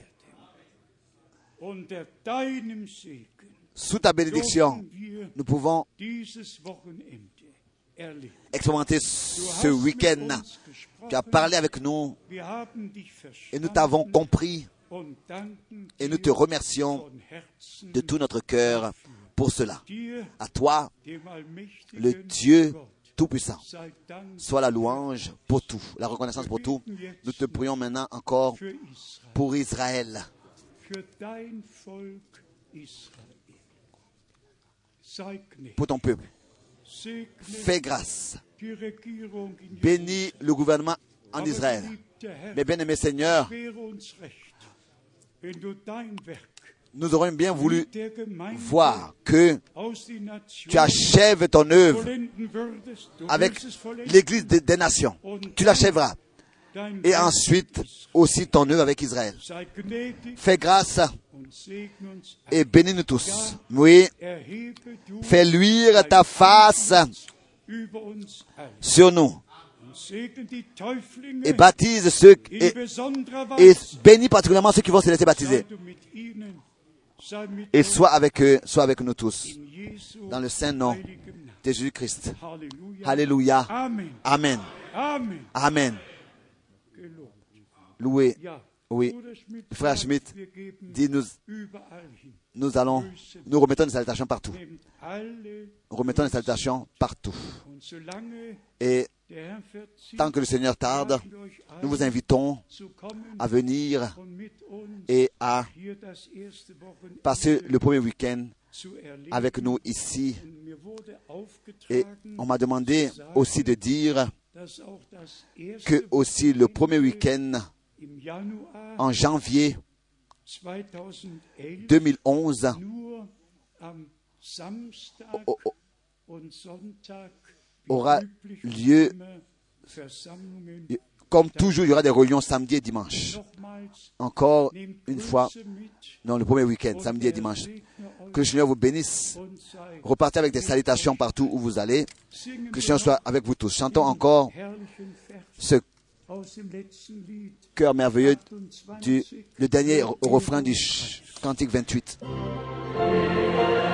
Sous ta bénédiction, nous pouvons expérimenter ce week-end. Tu as parlé avec nous et nous t'avons compris et nous te remercions de tout notre cœur pour cela. À toi, le Dieu Tout-Puissant, soit la louange pour tout, la reconnaissance pour tout. Nous te prions maintenant encore pour Israël. Pour ton peuple. Fais grâce. Bénis le gouvernement en Israël. Mais bien-aimé Seigneur, nous aurions bien voulu voir que tu achèves ton œuvre avec l'Église des, des nations. Tu l'achèveras. Et ensuite aussi ton œuvre avec Israël. Fais grâce et bénis-nous tous. Oui, fais luire ta face sur nous. Et baptise ceux et, et bénis particulièrement ceux qui vont se laisser baptiser. Et sois avec eux, sois avec nous tous. Dans le saint nom de Jésus-Christ. Alléluia. Amen. Amen. Loué. Oui. Frère Schmidt dit nous, nous allons, nous remettons des salutations partout. Nous remettons des salutations partout. Et tant que le Seigneur tarde, nous vous invitons à venir et à passer le premier week-end avec nous ici. Et on m'a demandé aussi de dire que aussi le premier week-end en janvier deux mille onze aura lieu, comme toujours, il y aura des réunions samedi et dimanche. Encore une fois, dans le premier week-end, samedi et dimanche. Que le Seigneur vous bénisse. Repartez avec des salutations partout où vous allez. Que le Seigneur soit avec vous tous. Chantons encore ce cœur merveilleux du le dernier refrain du cantique vingt-huit.